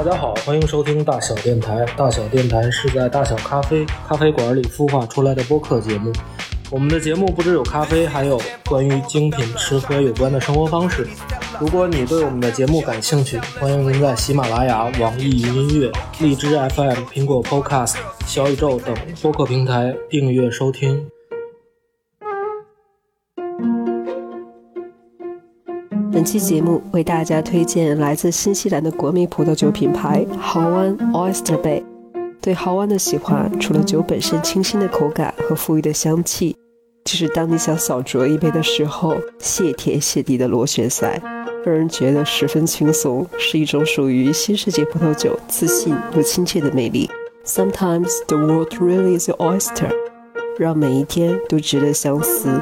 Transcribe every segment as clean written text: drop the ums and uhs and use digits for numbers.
大家好，欢迎收听大小电台。大小电台是在大小咖啡馆里孵化出来的播客节目。我们的节目不只有咖啡，还有关于精品吃喝有关的生活方式。如果你对我们的节目感兴趣，欢迎您在喜马拉雅、网易云音乐、荔枝 FM、苹果 Podcast、小宇宙等播客平台订阅收听。 本期节目为大家推荐来自新西兰的国民葡萄酒品牌豪湾 Oyster Bay。 对豪湾的喜欢，除了酒本身清新的口感和馥郁的香气，就是当你想小酌一杯的时候，谢天谢地的螺旋赛，让人觉得十分轻松，是一种属于新世界葡萄酒自信又亲切的魅力。 Sometimes the world really is your oyster， 让每一天都值得相思。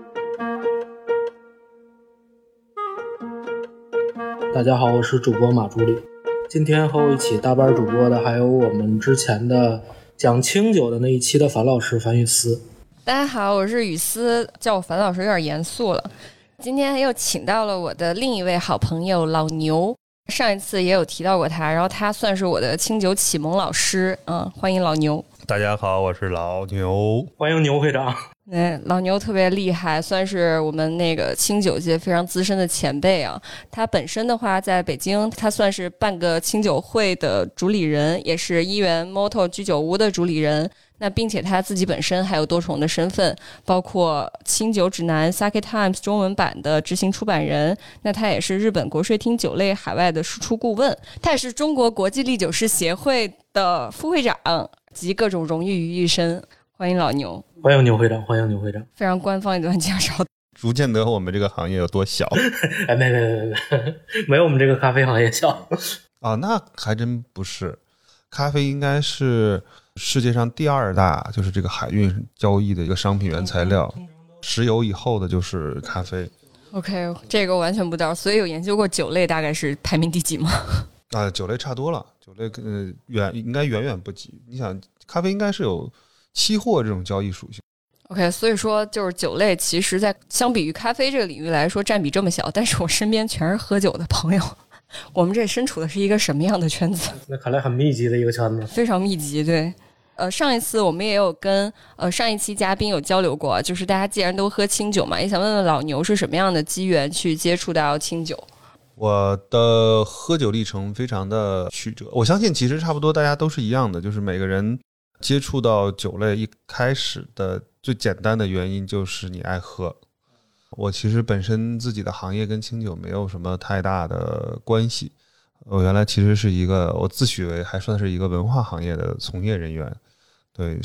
大家好，我是主播马助理。今天和我一起搭班主播的还有我们之前的讲清酒的那一期的樊老师樊雨思。 大家好，我是雨思，叫我樊老师有点严肃了。今天又请到了我的另一位好朋友老牛，上一次也有提到过他，然后他算是我的清酒启蒙老师，欢迎老牛。 大家好，我是老牛， 欢迎牛会长。 老牛特别厉害，算是我们那个清酒界非常资深的前辈啊。他本身的话，在北京，他算是半个清酒会的主理人，也是一元 Moto 居酒屋的主理人。那并且他自己本身还有多重的身份，包括清酒指南 Sake Times 中文版的执行出版人，那他也是日本国税厅酒类海外的输出顾问，他也是中国国际烈酒师协会的副会长及各种荣誉于一身。欢迎老牛。 欢迎牛会长，欢迎牛会长。 非常官方一段介绍， 逐渐得我们这个行业有多小。 哎，没有我们这个咖啡行业小啊，那还真不是。咖啡应该是世界上第二大，就是这个海运交易的一个商品原材料，石油以后的就是咖啡。 OK， 这个我完全不知道，所以有研究过酒类大概是排名第几吗？ 酒类差多了，酒类应该远远不及。你想，咖啡应该是有期货这种交易属性。 OK， 所以说就是酒类其实在相比于咖啡这个领域来说占比这么小，但是我身边全是喝酒的朋友。我们这身处的是一个什么样的圈子？ 那看来很密集的一个圈子。 非常密集，对。上一次我们也有跟上一期嘉宾有交流过，就是大家既然都喝清酒嘛，也想问问老牛是什么样的机缘去接触到清酒。 我的喝酒历程非常的曲折，我相信其实差不多大家都是一样的，就是每个人接触到酒类一开始的最简单的原因就是你爱喝。我其实本身自己的行业跟清酒没有什么太大的关系，我原来其实是我自诩为还算是一个文化行业的从业人员。对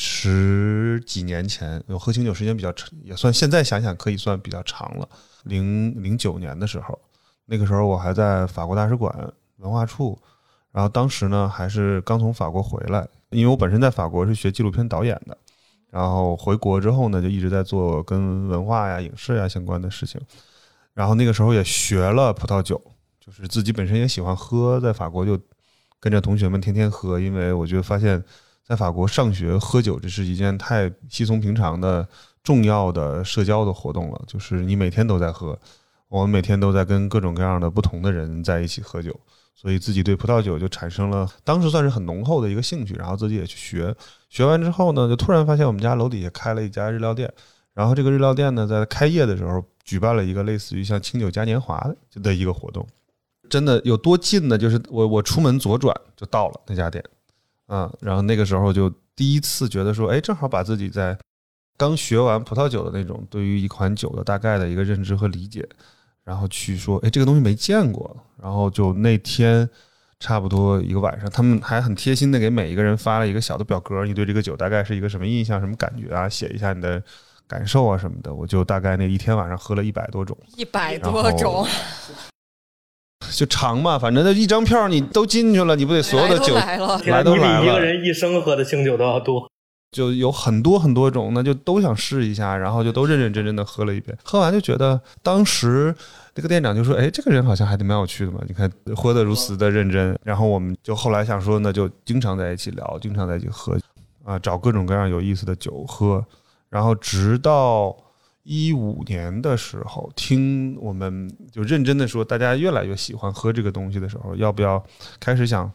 ，10几年前我喝清酒时间比较长，也算现在想想可以算比较长了。09年的时候，那个时候我还在法国大使馆文化处，然后当时呢还是刚从法国回来，因为我本身在法国是学纪录片导演的，然后回国之后呢就一直在做跟文化呀影视呀相关的事情，然后那个时候也学了葡萄酒，就是自己本身也喜欢喝，在法国就跟着同学们天天喝，因为我就发现在法国上学喝酒这是一件太稀松平常的重要的社交的活动了，就是你每天都在喝，我们每天都在跟各种各样的不同的人在一起喝酒，所以自己对葡萄酒就产生了当时算是很浓厚的一个兴趣，然后自己也去学完之后呢，就突然发现我们家楼底下开了一家日料店，然后这个日料店呢在开业的时候举办了一个类似于像清酒嘉年华的一个活动。真的有多近呢，就是我出门左转就到了那家店然后那个时候就第一次觉得说，正好把自己在刚学完葡萄酒的那种对于一款酒的大概的一个认知和理解，然后去说这个东西没见过，然后就那天差不多一个晚上，他们还很贴心的给每一个人发了一个小的表格，你对这个酒大概是一个什么印象什么感觉啊，写一下你的感受啊什么的。我就大概那一天晚上喝了100多种 100多种就长嘛，反正那一张票你都进去了，你不得所有的酒来都来了， 你比一个人一生喝的清酒都要多， 就有很多很多种，那就都想试一下，然后就都认认真真的喝了一遍。喝完就觉得当时这个店长就说，这个人好像还蛮有趣的嘛，你看喝得如此的认真。然后我们就后来想说呢，就经常在一起聊，经常在一起喝找各种各样有意思的酒喝。然后直到2015年的时候，听我们就认真的说大家越来越喜欢喝这个东西的时候，要不要开始想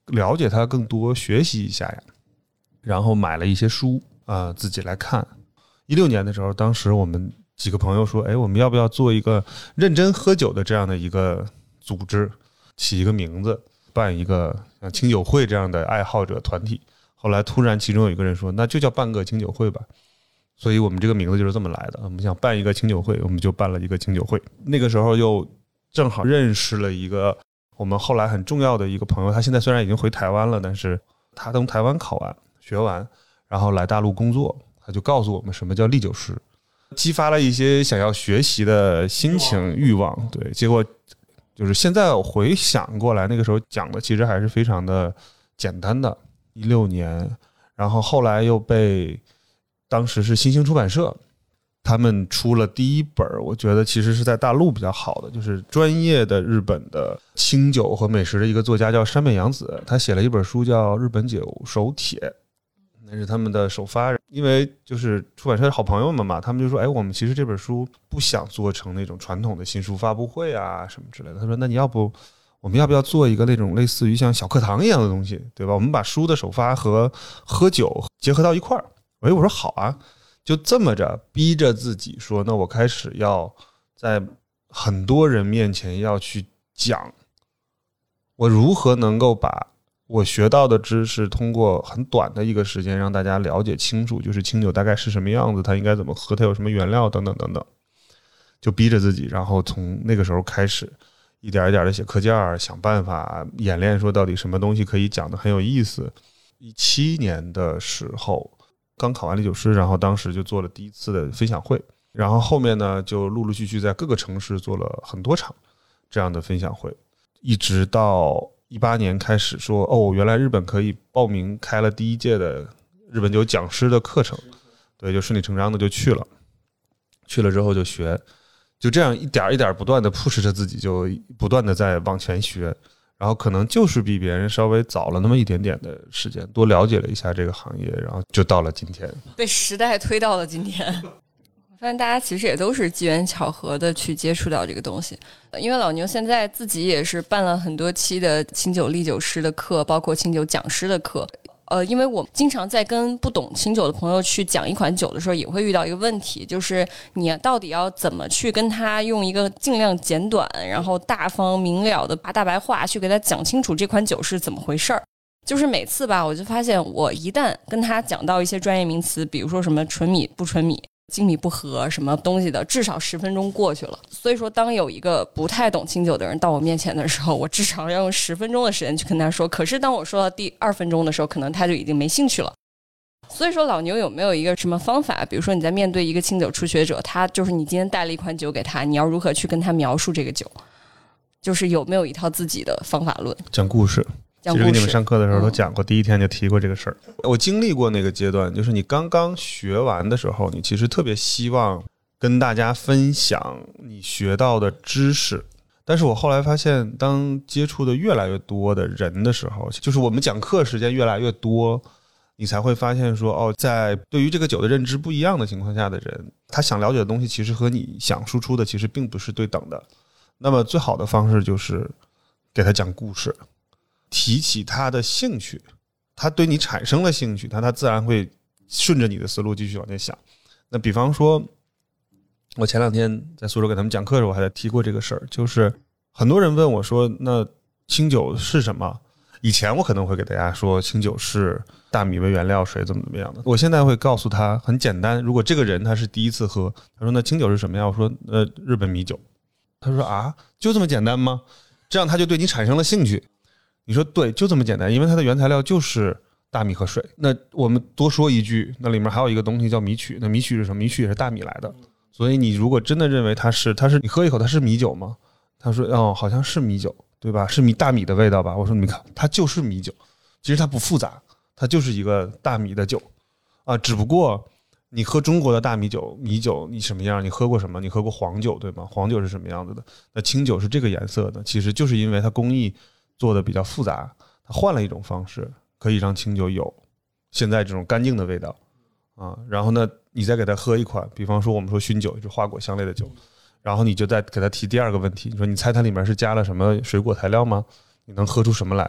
了解它更多，学习一下呀。然后买了一些书自己来看。16年的时候，当时我们几个朋友说，我们要不要做一个认真喝酒的这样的一个组织，起一个名字，办一个像清酒会这样的爱好者团体。后来突然其中有一个人说，那就叫办个清酒会吧。所以我们这个名字就是这么来的。我们想办一个清酒会，我们就办了一个清酒会。那个时候又正好认识了一个我们后来很重要的一个朋友，他现在虽然已经回台湾了，但是他从台湾考完学完，然后来大陆工作，他就告诉我们什么叫唎酒师，激发了一些想要学习的心情欲望。对，结果就是现在我回想过来，那个时候讲的其实还是非常的简单的。16年，然后后来又被当时是新兴出版社，他们出了第一本，我觉得其实是在大陆比较好的，就是专业的日本的清酒和美食的一个作家叫山本洋子，他写了一本书叫《日本酒手帖》，那是他们的首发。因为就是出版社的好朋友们嘛，他们就说，我们其实这本书不想做成那种传统的新书发布会啊什么之类的。他说，那你要不我们要不要做一个那种类似于像小课堂一样的东西，对吧？我们把书的首发和喝酒结合到一块儿。我说好啊，就这么着逼着自己说，那我开始要在很多人面前要去讲我如何能够把我学到的知识通过很短的一个时间让大家了解清楚，就是清酒大概是什么样子，它应该怎么喝，它有什么原料等等等等，就逼着自己。然后从那个时候开始一点一点的写课件，想办法演练说到底什么东西可以讲的很有意思。17年的时候刚考完唎酒师，然后当时就做了第一次的分享会，然后后面呢就陆陆续续在各个城市做了很多场这样的分享会，一直到18年开始说，原来日本可以报名开了第一届的日本酒讲师的课程，对，就顺理成章的就去了之后就学，就这样一点一点不断的 push 着自己，就不断的在往前学。然后可能就是比别人稍微早了那么一点点的时间，多了解了一下这个行业，然后就到了今天， 被时代推到了今天。我发现大家其实也都是机缘巧合的去接触到这个东西，因为老牛现在自己也是办了很多期的清酒唎酒师的课，包括清酒讲师的课。因为我经常在跟不懂清酒的朋友去讲一款酒的时候，也会遇到一个问题，就是你到底要怎么去跟他用一个尽量简短，然后大方明了的大白话去给他讲清楚这款酒是怎么回事儿。就是每次吧，我就发现我一旦跟他讲到一些专业名词，比如说什么纯米不纯米、精米不合什么东西的，至少10分钟过去了。所以说当有一个不太懂清酒的人到我面前的时候，我至少要用10分钟的时间去跟他说，可是当我说到第2分钟的时候，可能他就已经没兴趣了。所以说老牛有没有一个什么方法，比如说你在面对一个清酒初学者，他就是你今天带了一款酒给他，你要如何去跟他描述这个酒，就是有没有一套自己的方法论？ 讲故事，其实给你们上课的时候都讲过，第一天就提过这个事儿。我经历过那个阶段，就是你刚刚学完的时候，你其实特别希望跟大家分享你学到的知识。但是我后来发现，当接触的越来越多的人的时候，就是我们讲课时间越来越多，你才会发现说，在对于这个酒的认知不一样的情况下的人，他想了解的东西其实和你想输出的其实并不是对等的。那么最好的方式就是给他讲故事，提起他的兴趣，他对你产生了兴趣，他自然会顺着你的思路继续往前想。那比方说我前2天在苏州给他们讲课的时候，我还在提过这个事儿，就是很多人问我说，那清酒是什么？以前我可能会给大家说清酒是大米为原料，水怎么样的。我现在会告诉他很简单，如果这个人他是第一次喝，他说那清酒是什么呀？我说日本米酒。他说啊，就这么简单吗？这样他就对你产生了兴趣。你说对，就这么简单，因为它的原材料就是大米和水。那我们多说一句，那里面还有一个东西叫米曲，那米曲是什么？米曲也是大米来的。所以你如果真的认为它是你喝一口它是米酒吗？他说好像是米酒，对吧？是大米的味道吧？我说你看，它就是米酒，其实它不复杂，它就是一个大米的酒啊，只不过你喝中国的大米酒，米酒你什么样？你喝过什么？你喝过黄酒对吗？黄酒是什么样子的？那清酒是这个颜色的，其实就是因为它工艺做的比较复杂，它换了一种方式，可以让清酒有现在这种干净的味道啊。然后呢，你再给它喝一款，比方说我们说熏酒，就是花果香类的酒，然后你就再给它提第2个问题，你说你猜它里面是加了什么水果材料吗？你能喝出什么来？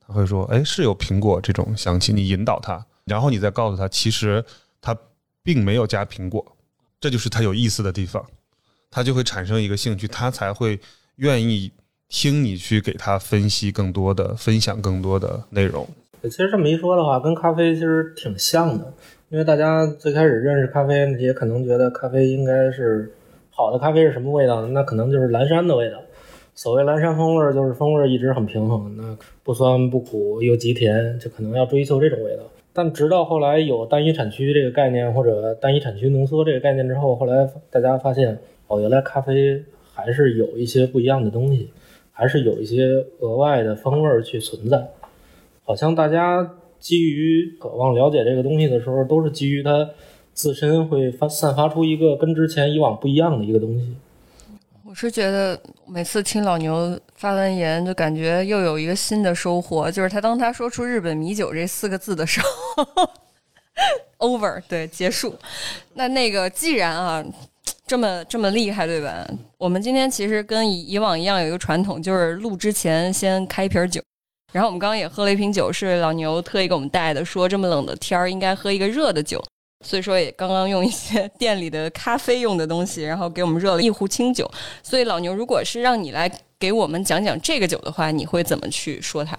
他会说哎，是有苹果这种香气，你引导他，然后你再告诉他其实他并没有加苹果，这就是他有意思的地方，他就会产生一个兴趣，他才会愿意听你去给他分析更多的分享更多的内容。 其实这么一说的话，跟咖啡其实挺像的，因为大家最开始认识咖啡也可能觉得咖啡应该是好的咖啡是什么味道呢？那可能就是蓝山的味道。所谓蓝山风味就是风味一直很平衡，那不酸不苦又极甜，就可能要追求这种味道。但直到后来有单一产区这个概念或者单一产区浓缩这个概念之后，后来大家发现原来咖啡还是有一些不一样的东西，还是有一些额外的风味去存在。好像大家基于渴望了解这个东西的时候，都是基于它自身会散发出一个跟之前以往不一样的一个东西。 我是觉得每次听老牛发完言就感觉又有一个新的收获，就是当他说出日本米酒这4个字的时候over 对结束。那个既然啊这么厉害对吧，我们今天其实跟以往一样有一个传统，就是录之前先开一瓶酒，然后我们刚刚也喝了一瓶酒，是老牛特意给我们带的，说这么冷的天儿应该喝一个热的酒，所以说也刚刚用一些店里的咖啡用的东西，然后给我们热了一壶清酒。所以老牛，如果是让你来给我们讲讲这个酒的话，你会怎么去说它？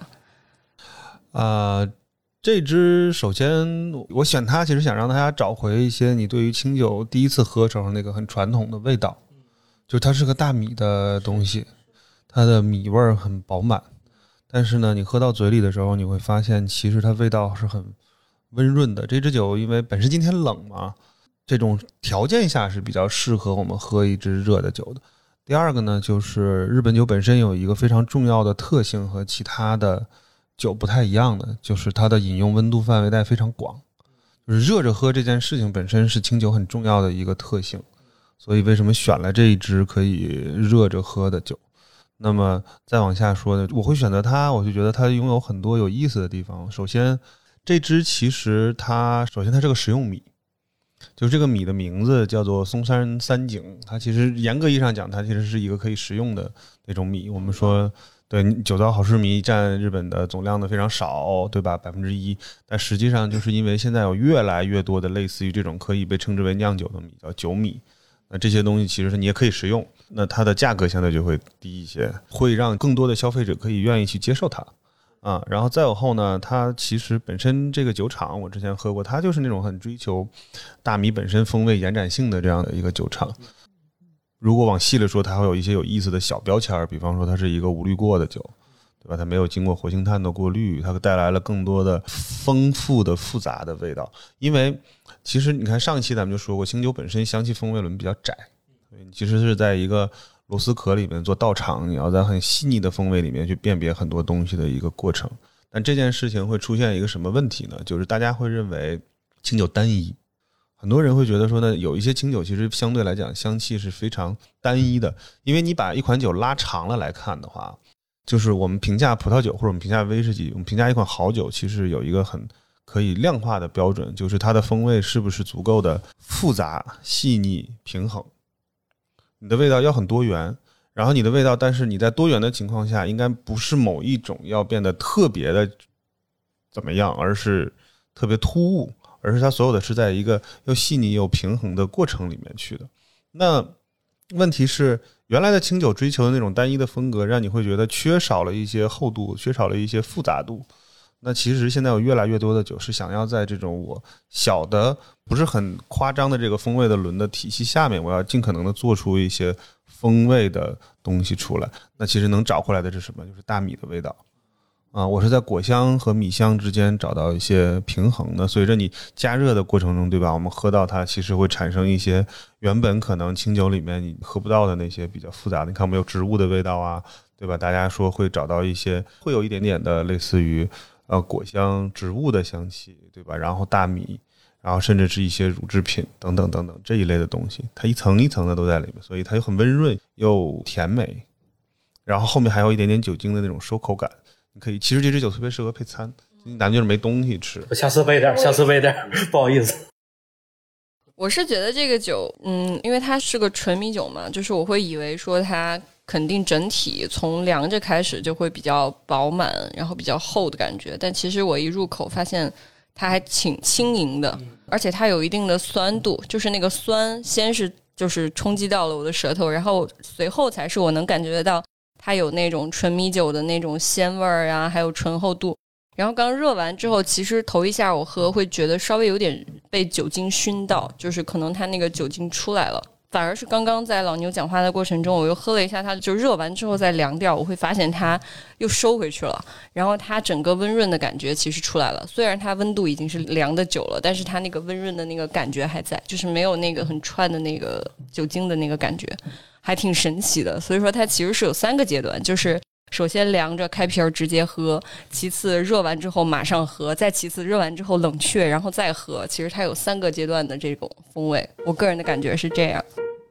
这支首先我选它其实想让大家找回一些你对于清酒第一次喝时候那个很传统的味道，就它是个大米的东西，它的米味很饱满，但是呢你喝到嘴里的时候你会发现其实它味道是很温润的。这支酒因为本身今天冷嘛，这种条件下是比较适合我们喝一支热的酒的。第二个呢，就是日本酒本身有一个非常重要的特性和其他的酒不太一样的，就是它的饮用温度范围带非常广，就是热着喝这件事情本身是清酒很重要的一个特性，所以为什么选了这一支可以热着喝的酒。那么再往下说呢，我会选择它，我就觉得它拥有很多有意思的地方。首先这支其实它是个食用米，就是这个米的名字叫做松山三井，它其实严格意义上讲它其实是一个可以食用的那种米。我们说对，酒糟好食米占日本的总量的非常少，对吧？1%，但实际上就是因为现在有越来越多的类似于这种可以被称之为酿酒的米，叫酒米。那这些东西其实是你也可以食用，那它的价格相对就会低一些，会让更多的消费者可以愿意去接受它啊。然后再往后呢，它其实本身这个酒厂我之前喝过，它就是那种很追求大米本身风味延展性的这样的一个酒厂。如果往细了说，它会有一些有意思的小标签，比方说它是一个无滤过的酒，对吧？它没有经过活性炭的过滤，它带来了更多的丰富的复杂的味道。因为其实你看上一期咱们就说过，清酒本身香气风味轮比较窄，其实是在一个螺丝壳里面做道场，你要在很细腻的风味里面去辨别很多东西的一个过程。但这件事情会出现一个什么问题呢？就是大家会认为清酒单一，很多人会觉得说呢，有一些清酒其实相对来讲香气是非常单一的，因为你把一款酒拉长了来看的话，就是我们评价葡萄酒或者我们评价威士忌，我们评价一款好酒其实有一个很可以量化的标准，就是它的风味是不是足够的复杂、细腻、平衡。你的味道要很多元，然后你的味道，但是你在多元的情况下，应该不是某一种要变得特别的怎么样，而是特别突兀，而是它所有的是在一个又细腻又平衡的过程里面去的。那问题是，原来的清酒追求的那种单一的风格，让你会觉得缺少了一些厚度，缺少了一些复杂度。那其实现在有越来越多的酒是想要在这种我小的不是很夸张的这个风味的轮的体系下面，我要尽可能的做出一些风味的东西出来。那其实能找回来的是什么？就是大米的味道啊，我是在果香和米香之间找到一些平衡的。随着你加热的过程中，对吧？我们喝到它其实会产生一些原本可能清酒里面你喝不到的那些比较复杂的，你看我们有植物的味道啊，对吧？大家说会找到一些会有一点点的类似于果香植物的香气，对吧？然后大米，然后甚至是一些乳制品等等等等这一类的东西，它一层一层的都在里面，所以它又很温润又甜美，然后后面还有一点点酒精的那种收口感。你可以，其实这支酒特别适合配餐，咱们就是没东西吃。 下次备点，不好意思。 我是觉得这个酒，因为它是个纯米酒嘛，就是我会以为说它肯定整体从凉着开始就会比较饱满，然后比较厚的感觉。但其实我一入口发现它还挺轻盈的，而且它有一定的酸度，就是那个酸先是就是冲击到了我的舌头，然后随后才是我能感觉到它有那种纯米酒的那种鲜味儿啊，还有醇厚度。然后刚热完之后，其实头一下我喝会觉得稍微有点被酒精熏到，就是可能它那个酒精出来了。反而是刚刚在老牛讲话的过程中，我又喝了一下它，就热完之后再凉掉，我会发现它又收回去了，然后它整个温润的感觉其实出来了。虽然它温度已经是凉的久了，但是它那个温润的那个感觉还在，就是没有那个很串的那个酒精的那个感觉，还挺神奇的。所以说它其实是有3个阶段，就是首先凉着开瓶直接喝，其次热完之后马上喝，再其次热完之后冷却然后再喝，其实它有3个阶段的这种风味，我个人的感觉是这样。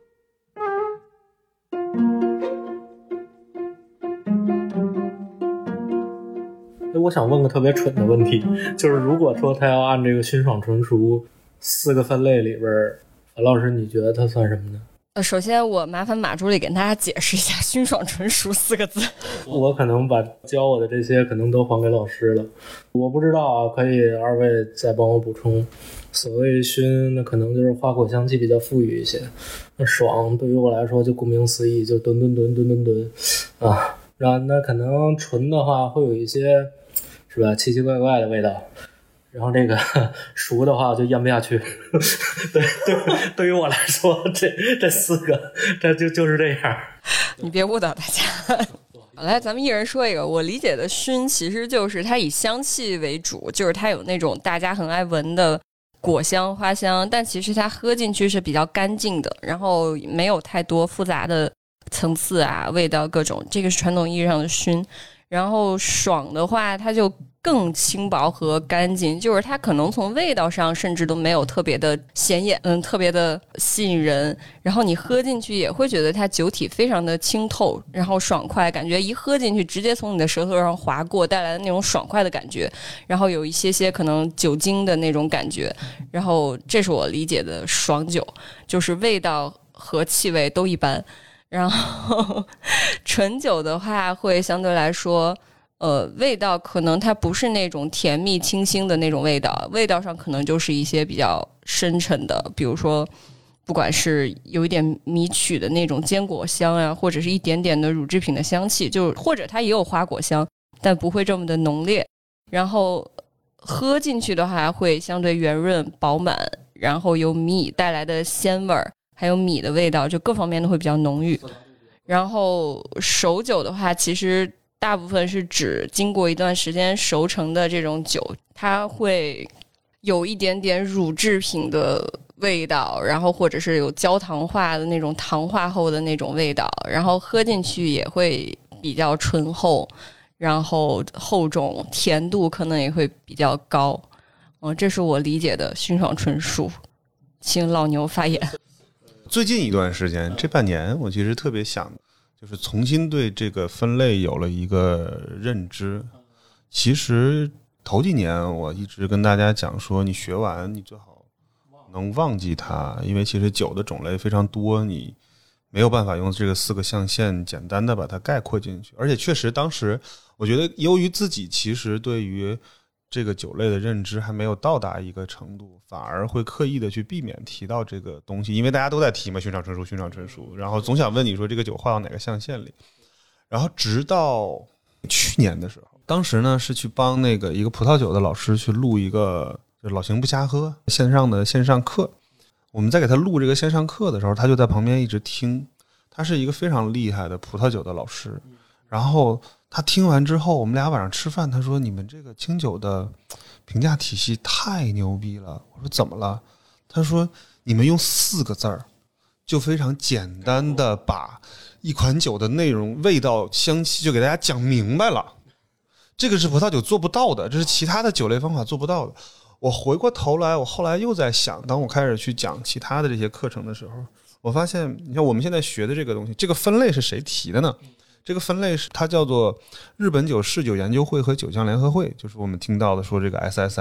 我想问个特别蠢的问题，就是如果说他要按这个熏爽纯熟4个分类里边，樊老师你觉得它算什么呢？ 首先我麻烦马助理给大家解释一下熏爽纯熟4个字。 我可能把教我的这些可能都还给老师了，我不知道啊，可以2位再帮我补充。所谓熏，那可能就是花果香气比较富裕一些，那爽对于我来说就顾名思义，就吨啊。然后那可能纯的话会有一些是吧奇奇怪怪的味道，然后这个熟的话就咽不下去。对于我来说，这4个这就是这样。 你别误导大家。好，来咱们一人说一个。我理解的熏其实就是它以香气为主，就是它有那种大家很爱闻的果香花香，但其实它喝进去是比较干净的，然后没有太多复杂的层次啊味道各种，这个是传统意义上的熏。然后爽的话它就更轻薄和干净，就是它可能从味道上甚至都没有特别的显眼，特别的吸引人，然后你喝进去也会觉得它酒体非常的清透，然后爽快，感觉一喝进去直接从你的舌头上划过，带来的那种爽快的感觉，然后有一些可能酒精的那种感觉，然后这是我理解的爽酒，就是味道和气味都一般。然后纯酒的话会相对来说味道可能它不是那种甜蜜清新的那种味道，味道上可能就是一些比较深沉的，比如说不管是有一点米曲的那种坚果香啊，或者是一点点的乳制品的香气，就或者它也有花果香，但不会这么的浓烈。然后喝进去的话会相对圆润饱满，然后有米带来的鲜味儿，还有米的味道，就各方面都会比较浓郁。然后熟酒的话其实大部分是指经过一段时间熟成的这种酒，它会有一点点乳制品的味道，然后或者是有焦糖化的那种糖化后的那种味道，然后喝进去也会比较醇厚，然后厚重，甜度可能也会比较高。这是我理解的熏爽纯熟。请老牛发言。 最近一段时间，这半年我其实特别想就是重新对这个分类有了一个认知。其实头几年我一直跟大家讲说，你学完你最好能忘记它，因为其实酒的种类非常多，你没有办法用这个4个象限简单的把它概括进去。而且确实当时我觉得由于自己其实对于这个酒类的认知还没有到达一个程度，反而会刻意的去避免提到这个东西，因为大家都在提嘛，熏爽纯熟，然后总想问你说这个酒划到哪个象限里。然后直到去年的时候，当时呢是去帮那个一个葡萄酒的老师去录一个就老行不瞎喝线上课。我们在给他录这个线上课的时候，他就在旁边一直听。他是一个非常厉害的葡萄酒的老师，然后他听完之后，我们俩晚上吃饭，他说你们这个清酒的评价体系太牛逼了。我说怎么了？他说你们用4个字儿就非常简单的把一款酒的内容、味道、香气就给大家讲明白了。这个是葡萄酒做不到的，这是其他的酒类方法做不到的。我回过头来，我后来又在想，当我开始去讲其他的这些课程的时候，我发现你看我们现在学的这个东西，这个分类是谁提的呢？这个分类是它叫做日本酒侍酒研究会和酒匠联合会，就是我们听到的说这个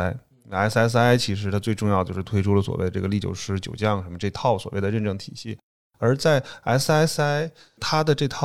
SSI。SSI 其实它最重要就是推出了所谓这个唎酒师、酒匠什么这套所谓的认证体系，而在 SSI 它的这套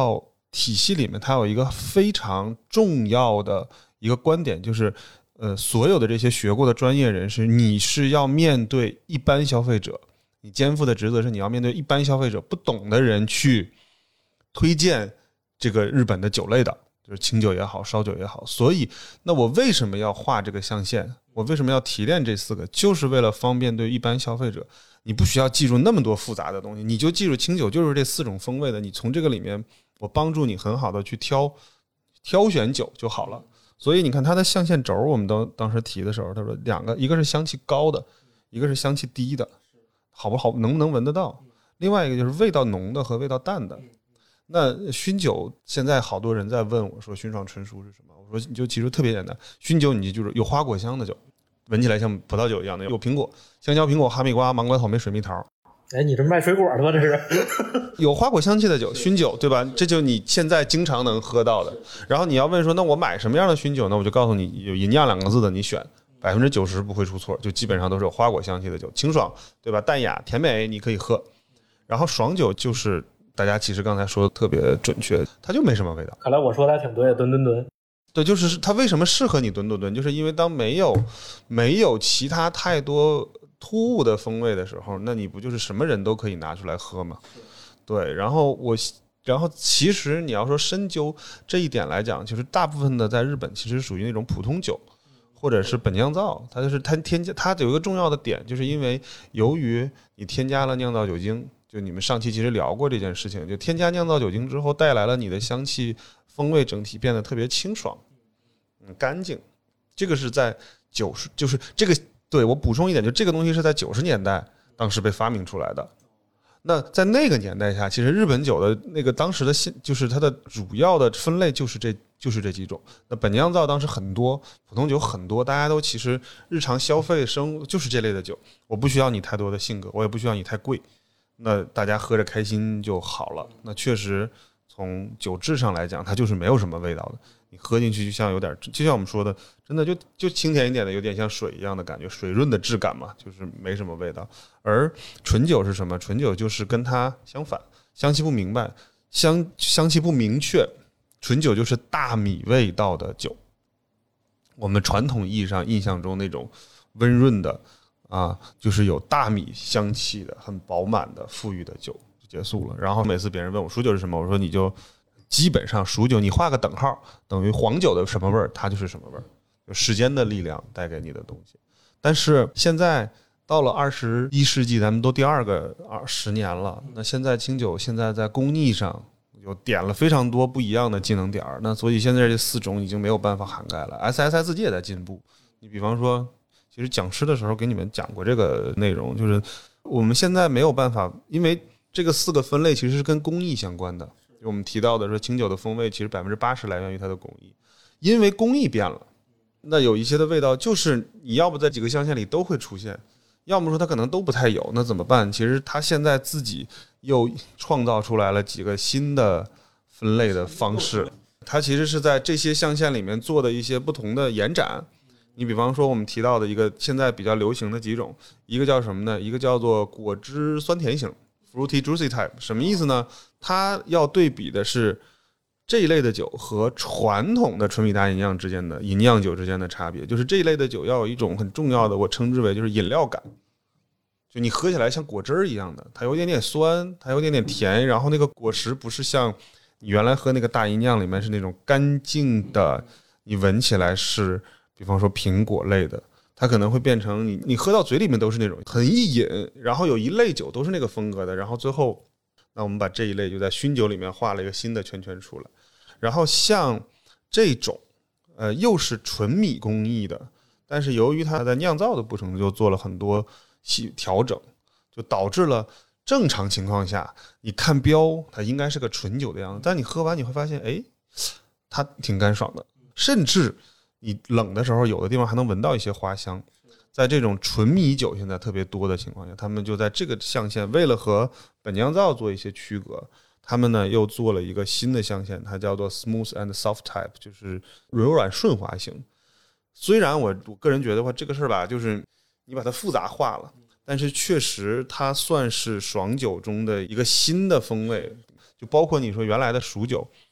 体系里面，它有一个非常重要的一个观点，就是所有的这些学过的专业人士，你是要面对一般消费者，你肩负的职责是你要面对一般消费者不懂的人去推荐这个日本的酒类的，就是清酒也好，烧酒也好。所以那我为什么要画这个象限，我为什么要提炼这4个，就是为了方便对一般消费者，你不需要记住那么多复杂的东西，你就记住清酒就是这4种风味的，你从这个里面我帮助你很好的去挑选酒就好了。所以你看它的象限轴，我们当时提的时候，他说2个，一个是香气高的，一个是香气低的，好不好，能不能闻得到？另外一个就是味道浓的和味道淡的。那熏酒现在好多人在问我说熏爽纯熟是什么？我说你就其实特别简单，熏酒你就是有花果香的酒，闻起来像葡萄酒一样的，有苹果、香蕉、苹果、哈密瓜、芒果、草莓、水蜜桃。 哎，你这卖水果的吧？这是有花果香气的酒，熏酒，对吧？这就你现在经常能喝到的。然后你要问说，那我买什么样的熏酒呢？我就告诉你，有银酿2个字的，你选90%不会出错，就基本上都是有花果香气的酒，清爽，对吧？淡雅甜美，你可以喝。然后爽酒就是大家其实刚才说的特别准确，它就没什么味道。 看来我说的还挺对，吨。 对，就是它为什么适合你吨，就是因为当没有其他太多突兀的风味的时候，那你不就是什么人都可以拿出来喝吗？对，然后其实你要说深究这一点来讲，就是大部分的在日本其实属于那种普通酒，或者是本酿造，它就是它有一个重要的点，就是因为由于你添加了酿造酒精，就你们上期其实聊过这件事情，就添加酿造酒精之后带来了你的香气风味整体变得特别清爽，干净。这个是在就是这个。对，我补充一点，就这个东西是在90年代当时被发明出来的。那在那个年代下，其实日本酒的那个当时的就是它的主要的分类就是这几种。那本酿造当时很多，普通酒很多，大家都其实日常消费就是这类的酒。我不需要你太多的性格，我也不需要你太贵，那大家喝着开心就好了。那确实从酒质上来讲，它就是没有什么味道的。你喝进去就像我们说的，真的就清甜一点的，有点像水一样的感觉，水润的质感嘛，就是没什么味道。而纯酒是什么？纯酒就是跟它相反，香气不明白，香气不明确。纯酒就是大米味道的酒，我们传统意义上印象中那种温润的啊，就是有大米香气的、很饱满的、富裕的酒就结束了。然后每次别人问我蜀酒是什么，我说你就基本上蜀酒你画个等号，等于黄酒的什么味儿，它就是什么味儿，就时间的力量带给你的东西。但是现在到了21世纪，咱们都第2个10年了，那现在清酒现在在工艺上有点了非常多不一样的技能点，那所以现在这4种已经没有办法涵盖了。SSI 自己也在进步，你比方说，其实讲师的时候给你们讲过这个内容，就是我们现在没有办法，因为这个4个分类其实是跟工艺相关的。我们提到的说清酒的风味其实80%来源于它的工艺，因为工艺变了，那有一些的味道就是你要不在几个象限里都会出现，要么说它可能都不太有，那怎么办？其实它现在自己又创造出来了几个新的分类的方式，它其实是在这些象限里面做的一些不同的延展。你比方说我们提到的一个现在比较流行的几种，一个叫什么呢？一个叫做果汁酸甜型 fruity juicy type， 什么意思呢？它要对比的是这一类的酒和传统的纯米大吟酿之间的吟酿酒之间的差别，就是这一类的酒要有一种很重要的，我称之为就是饮料感，就你喝起来像果汁一样的，它有点点酸，它有点点甜，然后那个果实不是像你原来喝那个大吟酿里面是那种干净的，你闻起来是比方说苹果类的，它可能会变成你喝到嘴里面都是那种很易饮，然后有一类酒都是那个风格的，然后最后那我们把这一类就在熏酒里面画了一个新的圈圈出来。然后像这种又是纯米工艺的，但是由于它在酿造的过程中就做了很多调整，就导致了正常情况下你看标它应该是个纯酒的样子，但你喝完你会发现哎，它挺干爽的，甚至你冷的时候有的地方还能闻到一些花香。在这种纯米酒现在特别多的情况下，他们就在这个象限为了和本酿造做一些区隔，他们呢又做了一个新的象限，它叫做 smooth and soft type， 就是柔软顺滑型。虽然我个人觉得话这个事儿吧，就是你把它复杂化了，但是确实它算是爽酒中的一个新的风味。就包括你说原来的蜀酒，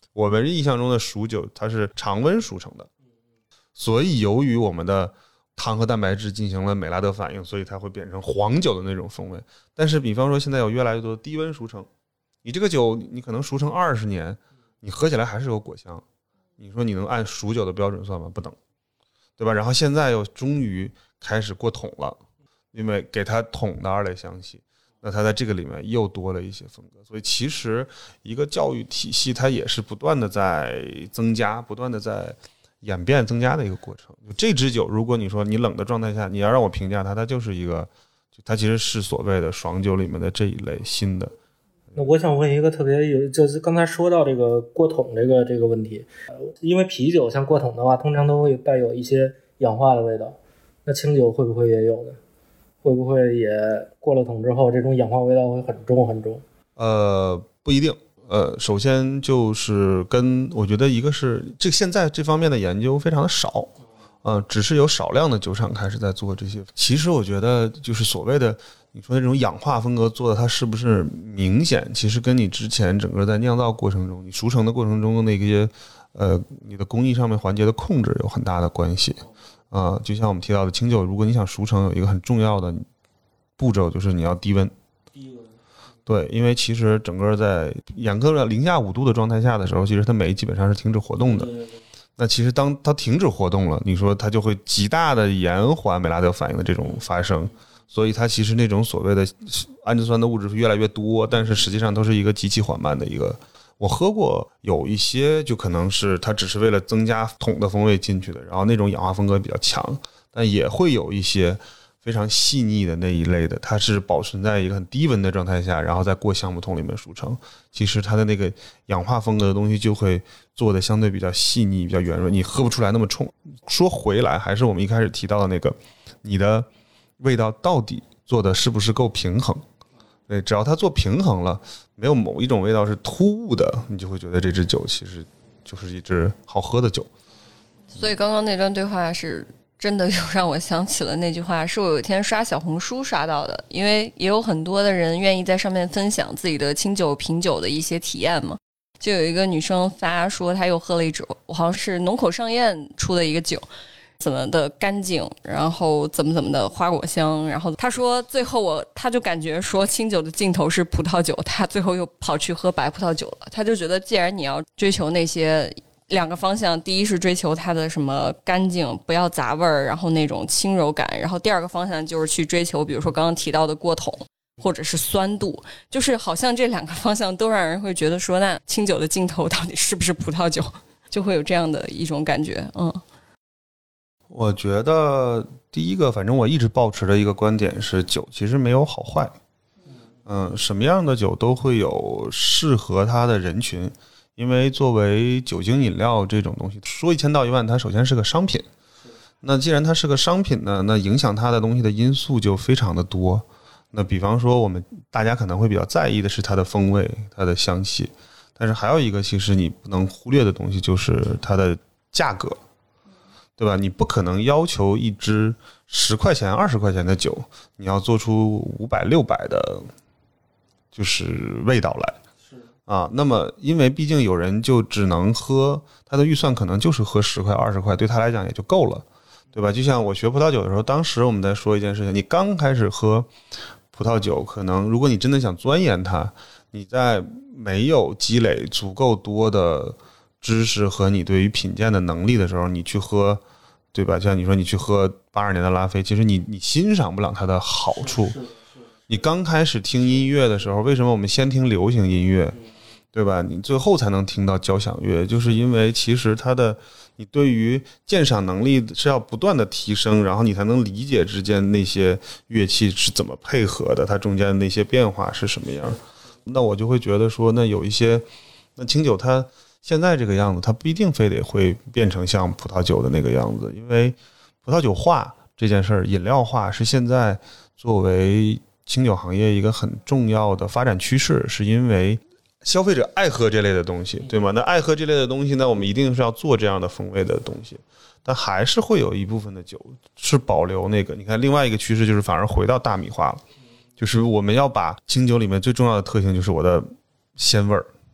我们印象中的熟酒它是常温熟成的，所以由于我们的糖和蛋白质进行了美拉德反应，所以它会变成黄酒的那种风味。但是比方说现在有越来越多的低温熟成，你这个酒你可能熟成20年，你喝起来还是有果香，你说你能按熟酒的标准算吗？不等，对吧？然后现在又终于开始过桶了，因为给它桶的2类香气，那它在这个里面又多了一些风格。所以其实一个教育体系它也是不断的在增加，不断的在演变增加的一个过程。就这支酒如果你说你冷的状态下你要让我评价它，它就是一个，它其实是所谓的爽酒里面的这一类新的。 那我想问一个特别有，就是刚才说到这个过桶这个问题，因为啤酒像过桶的话通常都会带有一些氧化的味道，那清酒会不会也有呢？会不会也过了桶之后这种氧化味道会很重很重？ 不一定。首先就是我觉得一个是现在这方面的研究非常的少，只是有少量的酒厂开始在做这些。其实我觉得就是所谓的你说那种氧化风格做的它是不是明显，其实跟你之前整个在酿造过程中你熟成的过程中的那些你的工艺上面环节的控制有很大的关系。就像我们提到的清酒，如果你想熟成有一个很重要的步骤就是你要低温。对，因为其实整个在严格的零下5度的状态下的时候，其实它酶基本上是停止活动的。那其实当它停止活动了，你说它就会极大的延缓美拉德反应的这种发生，所以它其实那种所谓的氨基酸的物质越来越多，但是实际上都是一个极其缓慢的一个。我喝过有一些就可能是它只是为了增加桶的风味进去的，然后那种氧化风格比较强，但也会有一些非常细腻的那一类的，它是保存在一个很低温的状态下，然后再过橡木桶里面熟成，其实它的那个氧化风格的东西就会做的相对比较细腻比较圆润，你喝不出来那么冲。说回来还是我们一开始提到的那个，你的味道到底做的是不是够平衡。对，只要它做平衡了，没有某一种味道是突兀的，你就会觉得这支酒其实就是一支好喝的酒。 所以刚刚那段对话是真的就让我想起了那句话，是我有一天刷小红书刷到的，因为也有很多的人愿意在上面分享自己的清酒品酒的一些体验嘛。就有一个女生发说她又喝了一支，我好像是浓口上咽出的一个酒，怎么的干净，然后怎么的花果香，然后她说最后她就感觉说清酒的尽头是葡萄酒，她最后又跑去喝白葡萄酒了。她就觉得既然你要追求那些两个方向，第一是追求它的什么干净不要杂味儿，然后那种轻柔感，然后第二个方向就是去追求比如说刚刚提到的过桶或者是酸度，就是好像这两个方向都让人会觉得说那清酒的尽头到底是不是葡萄酒，就会有这样的一种感觉。 我觉得第一个反正我一直抱持的一个观点是酒其实没有好坏，什么样的酒都会有适合它的人群，因为作为酒精饮料这种东西说1000道1万，它首先是个商品，那既然它是个商品呢，那影响它的东西的因素就非常的多。那比方说我们大家可能会比较在意的是它的风味它的香气，但是还有一个其实你不能忽略的东西就是它的价格，对吧？你不可能要求一支10块钱20块钱的酒你要做出500、600的就是味道来啊。那么因为毕竟有人就只能喝，他的预算可能就是喝10块20块，对他来讲也就够了，对吧？就像我学葡萄酒的时候，当时我们在说一件事情，你刚开始喝葡萄酒，可能如果你真的想钻研它，你在没有积累足够多的知识和你对于品鉴的能力的时候，你去喝，对吧？像你说你去喝82年的拉菲，其实你欣赏不了它的好处。你刚开始听音乐的时候，为什么我们先听流行音乐，对吧？你最后才能听到交响乐，就是因为其实它的你对于鉴赏能力是要不断的提升，然后你才能理解之间那些乐器是怎么配合的，它中间的那些变化是什么样。那我就会觉得说，那有一些那清酒它现在这个样子，它不一定非得会变成像葡萄酒的那个样子，因为葡萄酒化这件事儿，饮料化是现在作为清酒行业一个很重要的发展趋势，是因为消费者爱喝这类的东西，对吗？那爱喝这类的东西呢，我们一定是要做这样的风味的东西，但还是会有一部分的酒是保留那个。你看另外一个趋势就是反而回到大米化了，就是我们要把清酒里面最重要的特性就是我的鲜味儿，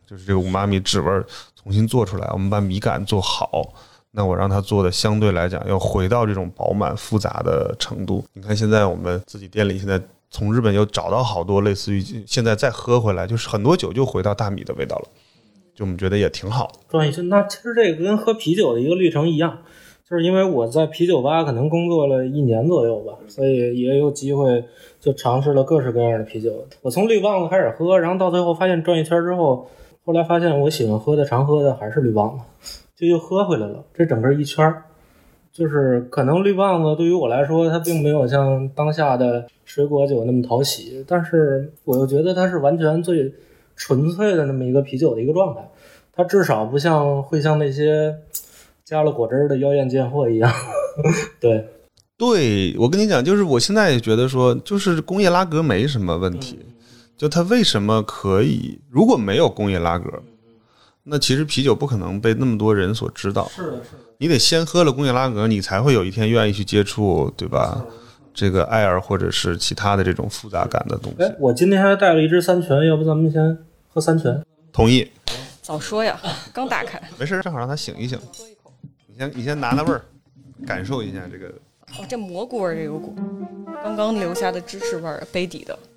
就是这个五妈米纸味重新做出来，我们把米感做好，那我让它做的相对来讲要回到这种饱满复杂的程度。你看现在我们自己店里现在从日本又找到好多类似于现在再喝回来，就是很多酒就回到大米的味道了，就我们觉得也挺好。 专业，那其实这个跟喝啤酒的一个历程一样，就是因为我在啤酒吧可能工作了1年左右吧，所以也有机会就尝试了各式各样的啤酒。我从绿棒子开始喝，然后到最后发现转一圈之后，后来发现我喜欢喝的常喝的还是绿棒子，就又喝回来了。这整个一圈就是可能绿棒子对于我来说它并没有像当下的水果酒那么讨喜，但是我又觉得它是完全最纯粹的那么一个啤酒的一个状态，它至少不像会像那些加了果汁的妖艳贱货一样。 对，我跟你讲，就是我现在也觉得说，就是工业拉格没什么问题，就它为什么可以，如果没有工业拉格，那其实啤酒不可能被那么多人所知道。 是的， 你得先喝了工业拉格，你才会有一天愿意去接触，对吧？这个艾尔或者是其他的这种复杂感的东西。 我今天还带了一支三全，要不咱们先喝三全？ 同意。 早说呀，刚打开。 没事，正好让他醒一醒。你先拿味儿，感受一下这个。 哦，这蘑菇味儿，这个果，刚刚留下的芝士味儿，杯底的。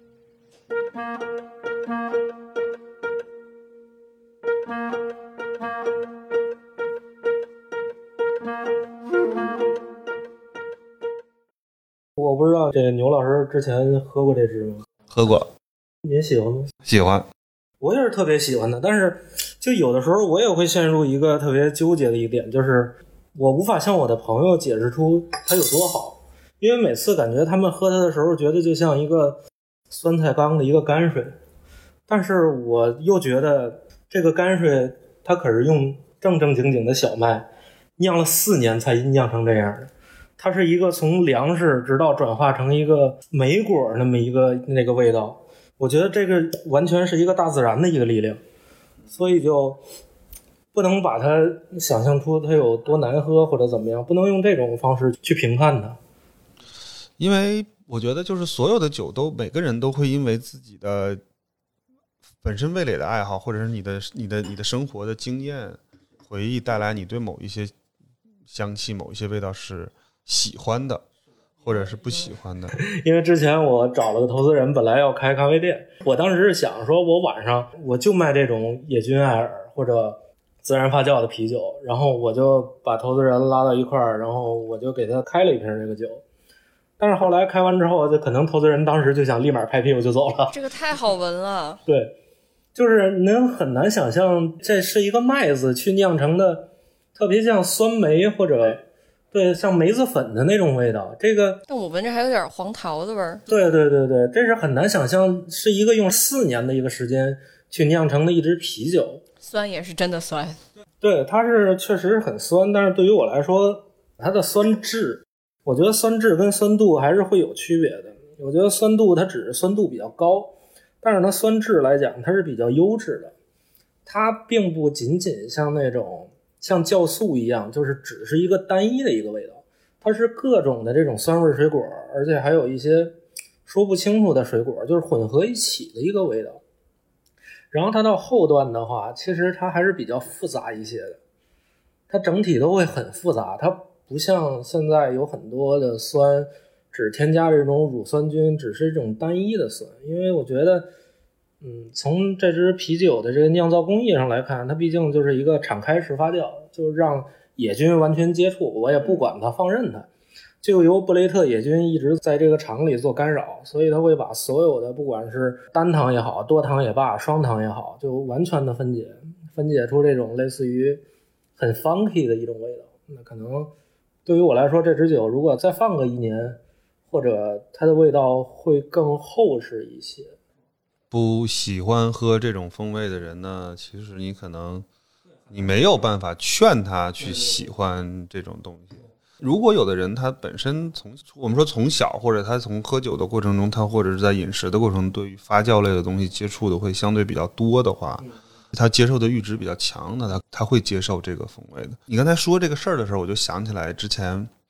我不知道这牛老师之前喝过这支吗？ 喝过。 您喜欢吗？喜欢。 我也是特别喜欢的，但是就有的时候我也会陷入一个特别纠结的一点，就是我无法向我的朋友解释出它有多好，因为每次感觉他们喝它的时候觉得就像一个酸菜缸的一个泔水，但是我又觉得这个泔水它可是用正正经经的小麦酿了4年才酿成这样的，它是一个从粮食直到转化成一个莓果那么一个那个味道，我觉得这个完全是一个大自然的一个力量，所以就不能把它想象出它有多难喝或者怎么样，不能用这种方式去评判它。 因为我觉得就是所有的酒都每个人都会因为自己的本身味蕾的爱好，或者是你的生活的经验回忆带来你对某一些香气某一些味道是喜欢的或者是不喜欢的。 因为之前我找了个投资人，本来要开咖啡店，我当时是想说我晚上我就卖这种野菌艾尔或者自然发酵的啤酒，然后我就把投资人拉到一块儿，然后我就给他开了一瓶这个酒。但是后来开完之后，就可能投资人当时就想立马拍屁股就走了。 这个太好闻了。 对，就是您很难想象这是一个麦子去酿成的，特别像酸梅或者对像梅子粉的那种味道。这个， 但我闻着还有点黄桃子味儿。 对，这是很难想象是一个用4年的一个时间去酿成的一支啤酒。 酸也是真的酸。 对，它是确实是很酸，但是对于我来说，它的酸质，我觉得酸质跟酸度还是会有区别的。我觉得酸度它只是酸度比较高，但是它酸质来讲它是比较优质的，它并不仅仅像那种像酵素一样就是只是一个单一的一个味道，它是各种的这种酸味水果，而且还有一些说不清楚的水果就是混合一起的一个味道。然后它到后段的话，其实它还是比较复杂一些的，它整体都会很复杂，它不像现在有很多的酸只添加这种乳酸菌，只是这种单一的酸。因为我觉得从这支啤酒的这个酿造工艺上来看，它毕竟就是一个敞开式发酵，就是让野菌完全接触，我也不管它，放任它，就由布雷特野菌一直在这个厂里做干扰，所以它会把所有的不管是单糖也好，多糖也罢，双糖也好，就完全的分解出这种类似于很 funky 的一种味道。那可能对于我来说，这支酒如果再放个1年，或者它的味道会更厚实一些。 不喜欢喝这种风味的人呢，其实你可能你没有办法劝他去喜欢这种东西。如果有的人他本身我们说从小，或者他从喝酒的过程中，他或者是在饮食的过程中对于发酵类的东西接触的会相对比较多的话，他接受的阈值比较强的，他会接受这个风味的。你刚才说这个事儿的时候，我就想起来之前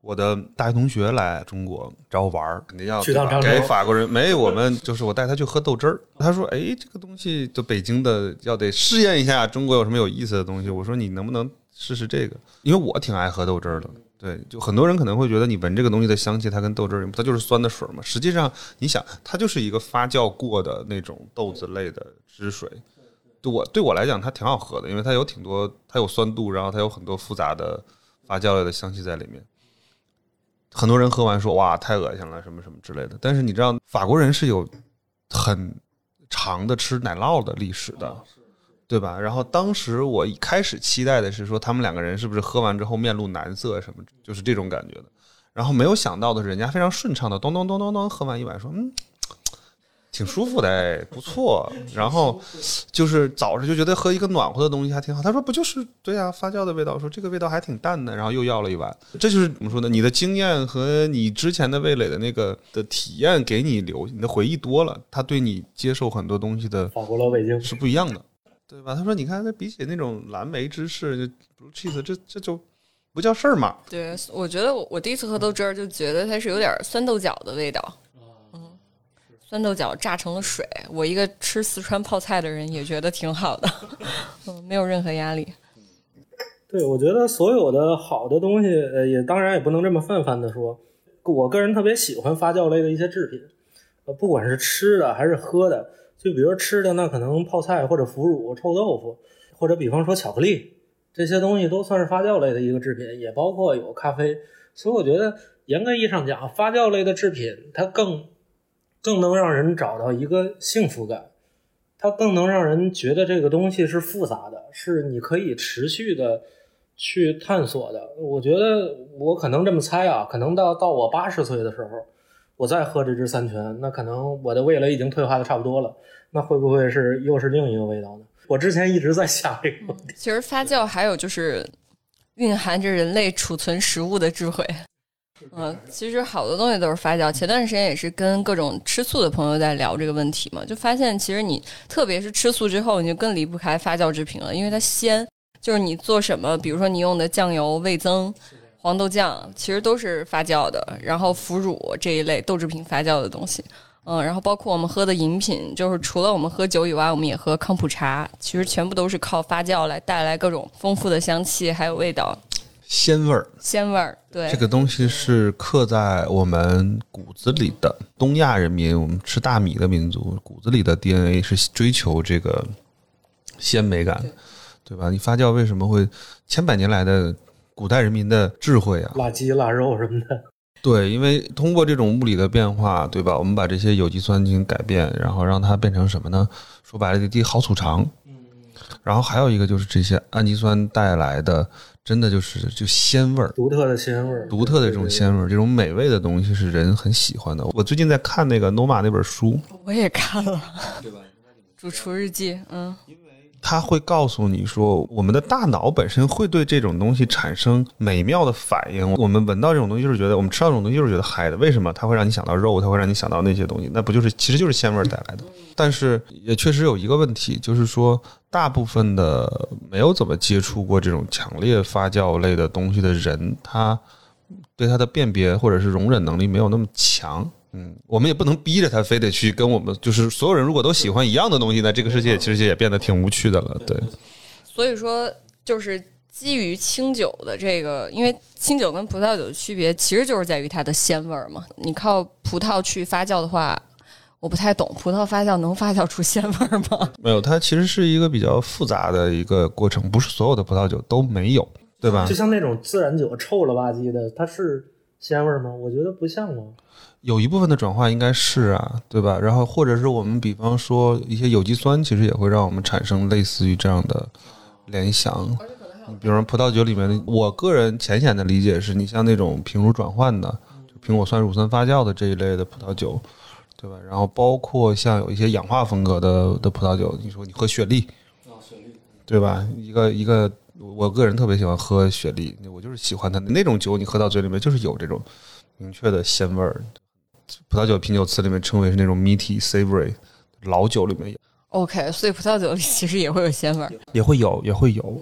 我的大学同学来中国找我玩，肯定要去趟给法国人没，我们就是我带他去喝豆汁儿。他说：“哎，这个东西就北京的要得试验一下，中国有什么有意思的东西。”我说：“你能不能试试这个？”因为我挺爱喝豆汁儿的。对，就很多人可能会觉得你闻这个东西的香气，它跟豆汁儿，它就是酸的水嘛。实际上，你想，它就是一个发酵过的那种豆子类的汁水。对我来讲，它挺好喝的，因为它有挺多，它有酸度，然后它有很多复杂的发酵类的香气在里面。很多人喝完说哇太恶心了什么什么之类的，但是你知道法国人是有很长的吃奶酪的历史的，对吧？然后当时我一开始期待的是说他们两个人是不是喝完之后面露难色什么，就是这种感觉的。然后没有想到的是人家非常顺畅的咚咚咚咚咚喝完一碗说挺舒服的，哎，不错。然后就是早上就觉得喝一个暖和的东西还挺好。他说不就是对啊，发酵的味道。我说这个味道还挺淡的，然后又要了一碗。这就是怎么说呢？你的经验和你之前的味蕾的那个的体验给你留你的回忆多了，他对你接受很多东西的法国老北京是不一样的，对吧？他说你看，那比起那种蓝莓芝士、blue cheese， 这就不叫事儿嘛。 对，我觉得我第一次喝豆汁儿就觉得它是有点酸豆角的味道。酸豆角榨成了水，我一个吃四川泡菜的人也觉得挺好的，没有任何压力。 对，我觉得所有的好的东西，也当然也不能这么泛泛的说。我个人特别喜欢发酵类的一些制品，不管是吃的还是喝的。就比如吃的，那可能泡菜或者腐乳、臭豆腐，或者比方说巧克力，这些东西都算是发酵类的一个制品，也包括有咖啡。所以我觉得严格意义上讲，发酵类的制品它更能让人找到一个幸福感，它更能让人觉得这个东西是复杂的，是你可以持续的去探索的。我觉得我可能这么猜啊，可能到我80岁的时候，我再喝这支三全，那可能我的味蕾已经退化的差不多了，那会不会又是另一个味道呢？我之前一直在想这个问题。 其实发酵还有就是蕴含着人类储存食物的智慧。其实好多东西都是发酵。前段时间也是跟各种吃素的朋友在聊这个问题嘛，就发现其实你特别是吃素之后，你就更离不开发酵制品了，因为它鲜。就是你做什么，比如说你用的酱油、味增、黄豆酱，其实都是发酵的。然后腐乳这一类豆制品发酵的东西，然后包括我们喝的饮品，就是除了我们喝酒以外，我们也喝康普茶，其实全部都是靠发酵来带来各种丰富的香气还有味道。 鲜味儿， 对， 这个东西是刻在我们骨子里的。东亚人民，我们吃大米的民族，骨子里的 DNA 是追求这个鲜美感，对吧？你发酵为什么会千百年来的古代人民的智慧啊？ 腊鸡、腊肉什么的。 对，因为通过这种物理的变化，对吧？我们把这些有机酸进行改变，然后让它变成什么呢？说白了，第一好储藏，然后还有一个就是这些氨基酸带来的。真的就鲜味儿， 独特的鲜味儿， 独特的这种鲜味儿，这种美味的东西是人很喜欢的。我最近在看那个 Noma 那本书， 我也看了，对吧？主厨日记， 他会告诉你说，我们的大脑本身会对这种东西产生美妙的反应。我们闻到这种东西就是觉得，我们吃到这种东西就是觉得嗨的。为什么？它会让你想到肉，它会让你想到那些东西，那不就是其实就是鲜味带来的。但是也确实有一个问题，就是说大部分的没有怎么接触过这种强烈发酵类的东西的人，他对它的辨别或者是容忍能力没有那么强。我们也不能逼着他非得去跟我们，就是所有人如果都喜欢一样的东西，那这个世界其实也变得挺无趣的了。对， 所以说就是基于清酒的这个，因为清酒跟葡萄酒的区别其实就是在于它的鲜味嘛。你靠葡萄去发酵的话，我不太懂，葡萄发酵能发酵出鲜味吗？ 没有，它其实是一个比较复杂的一个过程，不是所有的葡萄酒都没有，对吧？ 就像那种自然酒臭了吧唧的，它是鲜味吗？我觉得不像吗？ 有一部分的转化应该是啊，对吧？然后或者是我们比方说一些有机酸，其实也会让我们产生类似于这样的联想。你比如说葡萄酒里面的，我个人浅显的理解是，你像那种平乳转换的，就苹果酸乳酸发酵的这一类的葡萄酒，对吧？然后包括像有一些氧化风格的葡萄酒，你说你喝雪莉，对吧？一个，我个人特别喜欢喝雪莉，我就是喜欢它那种酒，你喝到嘴里面就是有这种明确的鲜味儿。葡萄酒品酒词里面称为是那种 meaty savory， 老酒里面有。 OK， 所以葡萄酒里其实也会有鲜味， 也会有。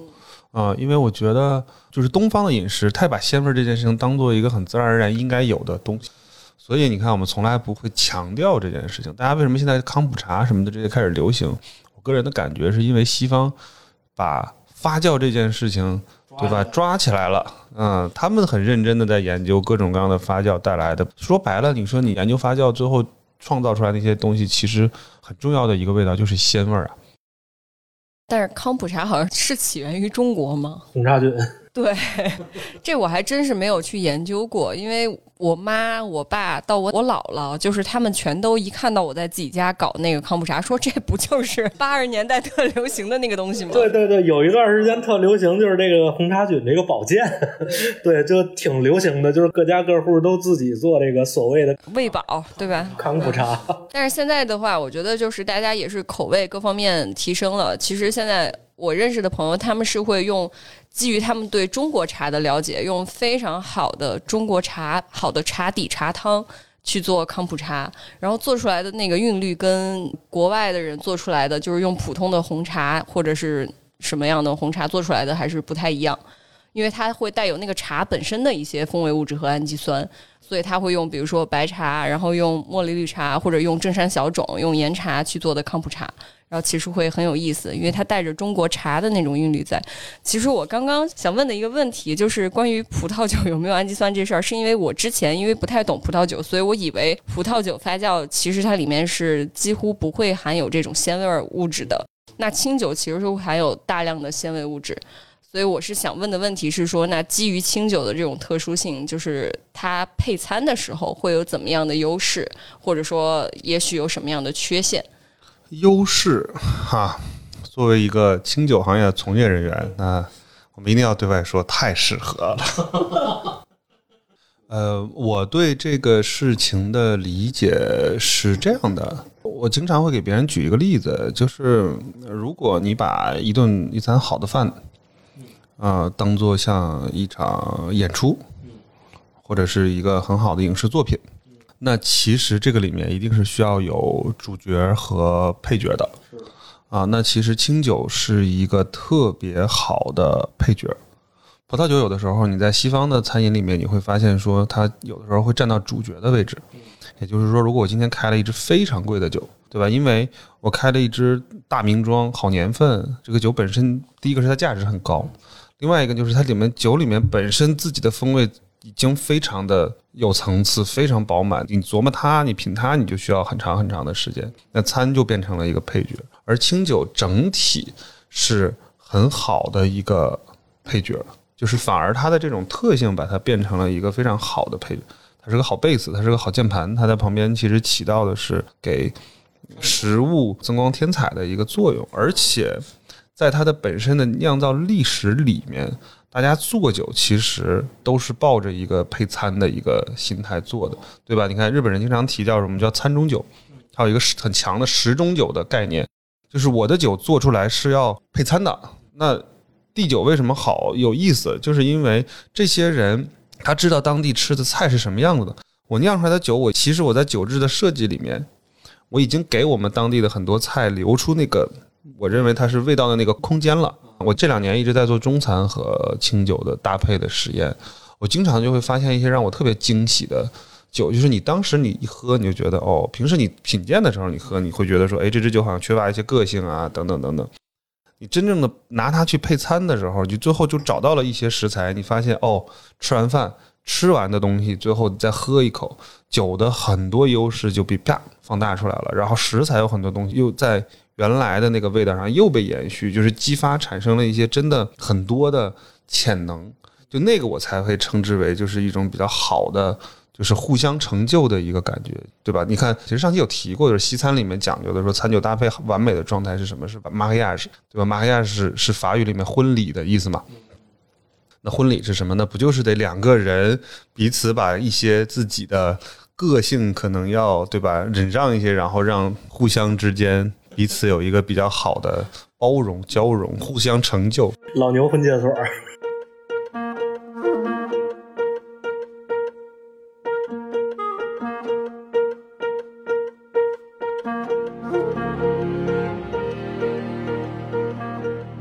因为我觉得就是东方的饮食，它把鲜味这件事情当做一个很自然而然应该有的东西，所以你看我们从来不会强调这件事情。大家为什么现在康普茶什么的这些开始流行？我个人的感觉是因为西方把发酵这件事情，对吧，抓起来了。他们很认真的在研究各种各样的发酵带来的。说白了，你说你研究发酵最后创造出来那些东西，其实很重要的一个味道就是鲜味啊。 但是康普茶好像是起源于中国吗？ 红茶菌。 对，这我还真是没有去研究过，因为我妈、我爸到我姥姥，就是他们全都一看到我在自己家搞那个康普茶，说这不就是80年代特流行的那个东西吗？ 对对对，有一段时间特流行，就是这个红茶菌这个保健，对，就挺流行的，就是各家各户都自己做这个所谓的胃宝，对吧？ 康普茶。 但是现在的话，我觉得就是大家也是口味各方面提升了。其实现在我认识的朋友，他们是会用基于他们对中国茶的了解，用非常好的中国茶、好的茶底茶汤去做康普茶，然后做出来的那个韵律跟国外的人做出来的，就是用普通的红茶或者是什么样的红茶做出来的还是不太一样，因为它会带有那个茶本身的一些风味物质和氨基酸，所以它会用比如说白茶，然后用茉莉绿茶或者用正山小种、用岩茶去做的康普茶。然后其实会很有意思，因为它带着中国茶的那种韵律在。其实我刚刚想问的一个问题就是关于葡萄酒有没有氨基酸这事儿，是因为我之前因为不太懂葡萄酒，所以我以为葡萄酒发酵其实它里面是几乎不会含有这种鲜味物质的，那清酒其实是含有大量的鲜味物质。所以我是想问的问题是说，那基于清酒的这种特殊性，就是它配餐的时候会有怎么样的优势，或者说也许有什么样的缺陷？ 优势哈，作为一个清酒行业的从业人员，那我们一定要对外说太适合了。我对这个事情的理解是这样的，我经常会给别人举一个例子，就是如果你把一餐好的饭，当作像一场演出，或者是一个很好的影视作品。那其实这个里面一定是需要有主角和配角的，那其实清酒是一个特别好的配角。葡萄酒有的时候你在西方的餐饮里面你会发现说它有的时候会占到主角的位置，也就是说如果我今天开了一支非常贵的酒，对吧？因为我开了一支大名庄好年份，这个酒本身第一个是它价值很高，另外一个就是它酒里面本身自己的风味已经非常的有层次，非常饱满，你琢磨它，你品它，你就需要很长很长的时间，那餐就变成了一个配角。而清酒整体是很好的一个配角，就是反而它的这种特性把它变成了一个非常好的配角，它是个好贝斯，它是个好键盘，它在旁边其实起到的是给食物增光添彩的一个作用。而且在它的本身的酿造历史里面，大家做酒其实都是抱着一个配餐的一个心态做的，对吧？你看日本人经常提叫什么叫餐中酒，还有一个很强的食中酒的概念，就是我的酒做出来是要配餐的。那地酒为什么好有意思，就是因为这些人他知道当地吃的菜是什么样子的，我酿出来的酒，其实我在酒质的设计里面，我已经给我们当地的很多菜留出那个我认为它是味道的那个空间了。我这2年一直在做中餐和清酒的搭配的实验，我经常就会发现一些让我特别惊喜的酒，就是你当时你一喝你就觉得平时你品鉴的时候你喝你会觉得说这支酒好像缺乏一些个性啊等等等等，你真正的拿它去配餐的时候，你最后就找到了一些食材，你发现吃完饭吃完的东西最后你再喝一口，酒的很多优势就被啪放大出来了，然后食材有很多东西又在原来的那个味道上又被延续，就是激发产生了一些真的很多的潜能，就那个我才会称之为就是一种比较好的就是互相成就的一个感觉，对吧？你看其实上期有提过，就是西餐里面讲究的说餐酒搭配完美的状态是什么，是 mariage， 对吧？ mariage 是法语里面婚礼的意思嘛。那婚礼是什么呢？不就是得2个人彼此把一些自己的个性可能要，对吧，忍让一些，然后让互相之间彼此有一个比较好的包容交融，互相成就。 老牛婚介所。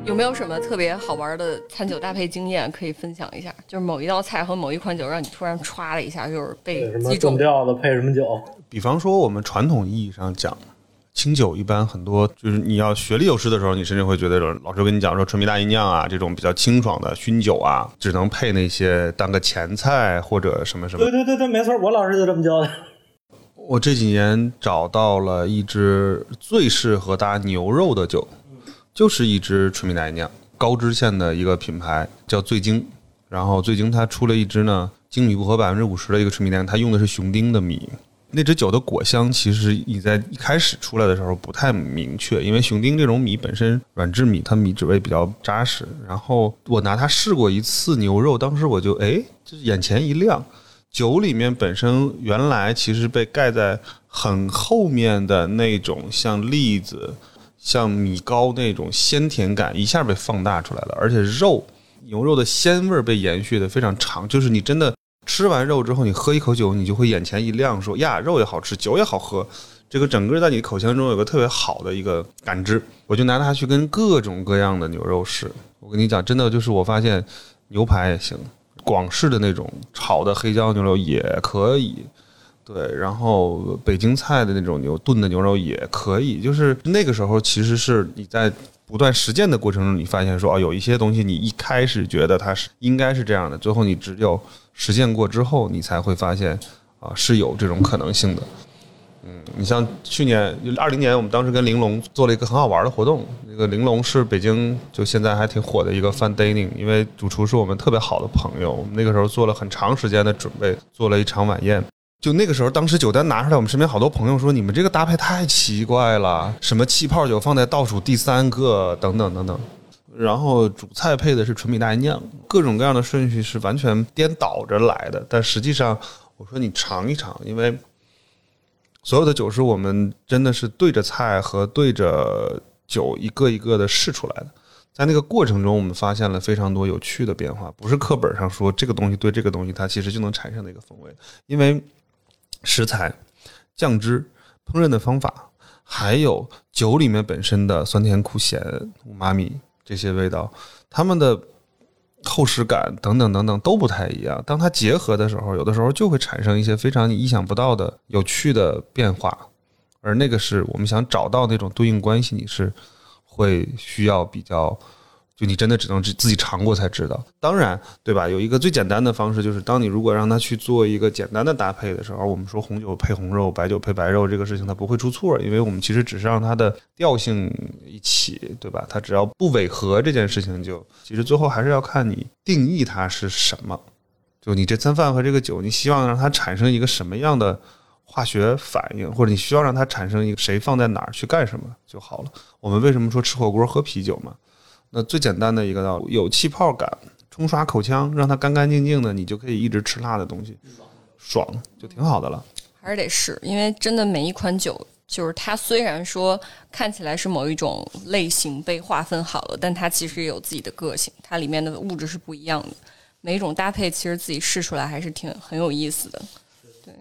有没有什么特别好玩的餐酒搭配经验可以分享一下？就是某一道菜和某一款酒让你突然歘了一下，就是被什么中调的配什么酒？ 比方说我们传统意义上讲，清酒一般很多就是你要学历有师的时候，你甚至会觉得老师跟你讲说纯米大吟酿啊这种比较清爽的熏酒啊，只能配那些当个前菜或者什么什么。 对，没错，我老师就这么教的。 我这几年找到了一支最适合搭牛肉的酒，就是一支纯米大吟酿，高知县的一个品牌叫醉精，然后醉精它出了一支呢精米不合50%的一个纯米大吟酿，它用的是雄丁的米。那支酒的果香其实你在一开始出来的时候不太明确，因为雄丁这种米本身软质米，它米质味比较扎实。然后我拿它试过一次牛肉，当时我就就是眼前一亮，酒里面本身原来其实被盖在很后面的那种像栗子像米糕那种鲜甜感一下被放大出来了，而且牛肉的鲜味被延续的非常长，就是你真的吃完肉之后你喝一口酒，你就会眼前一亮，说呀肉也好吃酒也好喝，这个整个在你口腔中有个特别好的一个感知。我就拿它去跟各种各样的牛肉试，我跟你讲真的就是我发现牛排也行，广式的那种炒的黑椒牛肉也可以，对，然后北京菜的那种炖的牛肉也可以，就是那个时候其实是你在不断实践的过程中，你发现说有一些东西你一开始觉得它是应该是这样的，最后你只有实践过之后，你才会发现是有这种可能性的。你像去年2020年，我们当时跟玲珑做了一个很好玩的活动。那个玲珑是北京就现在还挺火的一个 fine dining， 因为主厨是我们特别好的朋友，我们那个时候做了很长时间的准备，做了一场晚宴。就那个时候，当时酒单拿出来，我们身边好多朋友说：“你们这个搭配太奇怪了，什么气泡酒放在倒数第3个，等等等等。”然后主菜配的是纯米大吟酿，各种各样的顺序是完全颠倒着来的。但实际上，我说你尝一尝，因为所有的酒是我们真的是对着菜和对着酒一个一个的试出来的。在那个过程中，我们发现了非常多有趣的变化，不是课本上说这个东西对这个东西，它其实就能产生的一个风味。因为食材、酱汁、烹饪的方法，还有酒里面本身的酸甜苦咸、五妈咪这些味道，它们的厚实感等等等等都不太一样。当它结合的时候，有的时候就会产生一些非常你意想不到的有趣的变化，而那个是我们想找到那种对应关系，你是会需要比较，就你真的只能自己尝过才知道。当然对吧，有一个最简单的方式，就是当你如果让他去做一个简单的搭配的时候，我们说红酒配红肉，白酒配白肉，这个事情它不会出错，因为我们其实只是让它的调性一起，对吧？它只要不违和，这件事情就其实最后还是要看你定义它是什么，就你这餐饭和这个酒，你希望让它产生一个什么样的化学反应，或者你需要让它产生一个谁放在哪儿去干什么就好了。我们为什么说吃火锅喝啤酒嘛？那最简单的一个道理，有气泡感，冲刷口腔，让它干干净净的，你就可以一直吃辣的东西，爽就挺好的了。 还是得试，因为真的每一款酒，就是它虽然说看起来是某一种类型被划分好了，但它其实也有自己的个性，它里面的物质是不一样的。每一种搭配其实自己试出来还是很有意思的。对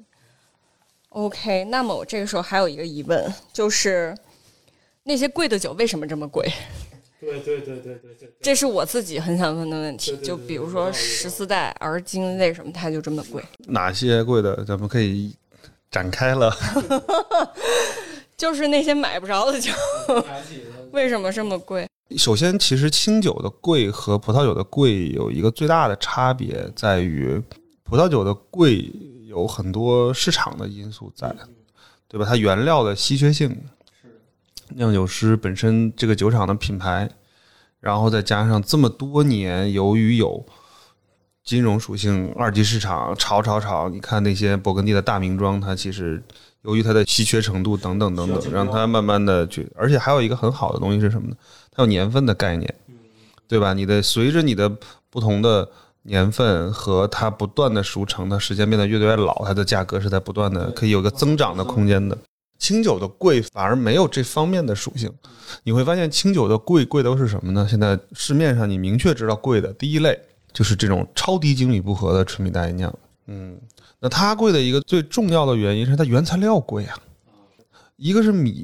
，OK， 那么我这个时候还有一个疑问，就是那些贵的酒为什么这么贵？ 对， 这是我自己很想问的问题。就比如说14代而今为什么它就这么贵？ 哪些贵的咱们可以展开了。 就是那些买不着的酒为什么这么贵？ 首先其实清酒的贵和葡萄酒的贵有一个最大的差别，在于葡萄酒的贵有很多市场的因素在，对吧？它原料的稀缺性，酿酒师本身这个酒厂的品牌，然后再加上这么多年由于有金融属性，二级市场炒，你看那些勃艮第的大名庄，它其实由于它的稀缺程度等等等等，让它慢慢的去，而且还有一个很好的东西是什么呢？它有年份的概念，对吧？随着你的不同的年份和它不断的熟成，它时间变得越来越老，它的价格是在不断的可以有个增长的空间的。清酒的贵反而没有这方面的属性，你会发现清酒的贵都是什么呢？现在市面上你明确知道贵的第一类就是这种超低精米不合的纯米大吟酿。那它贵的一个最重要的原因是它原材料贵啊，一个是米本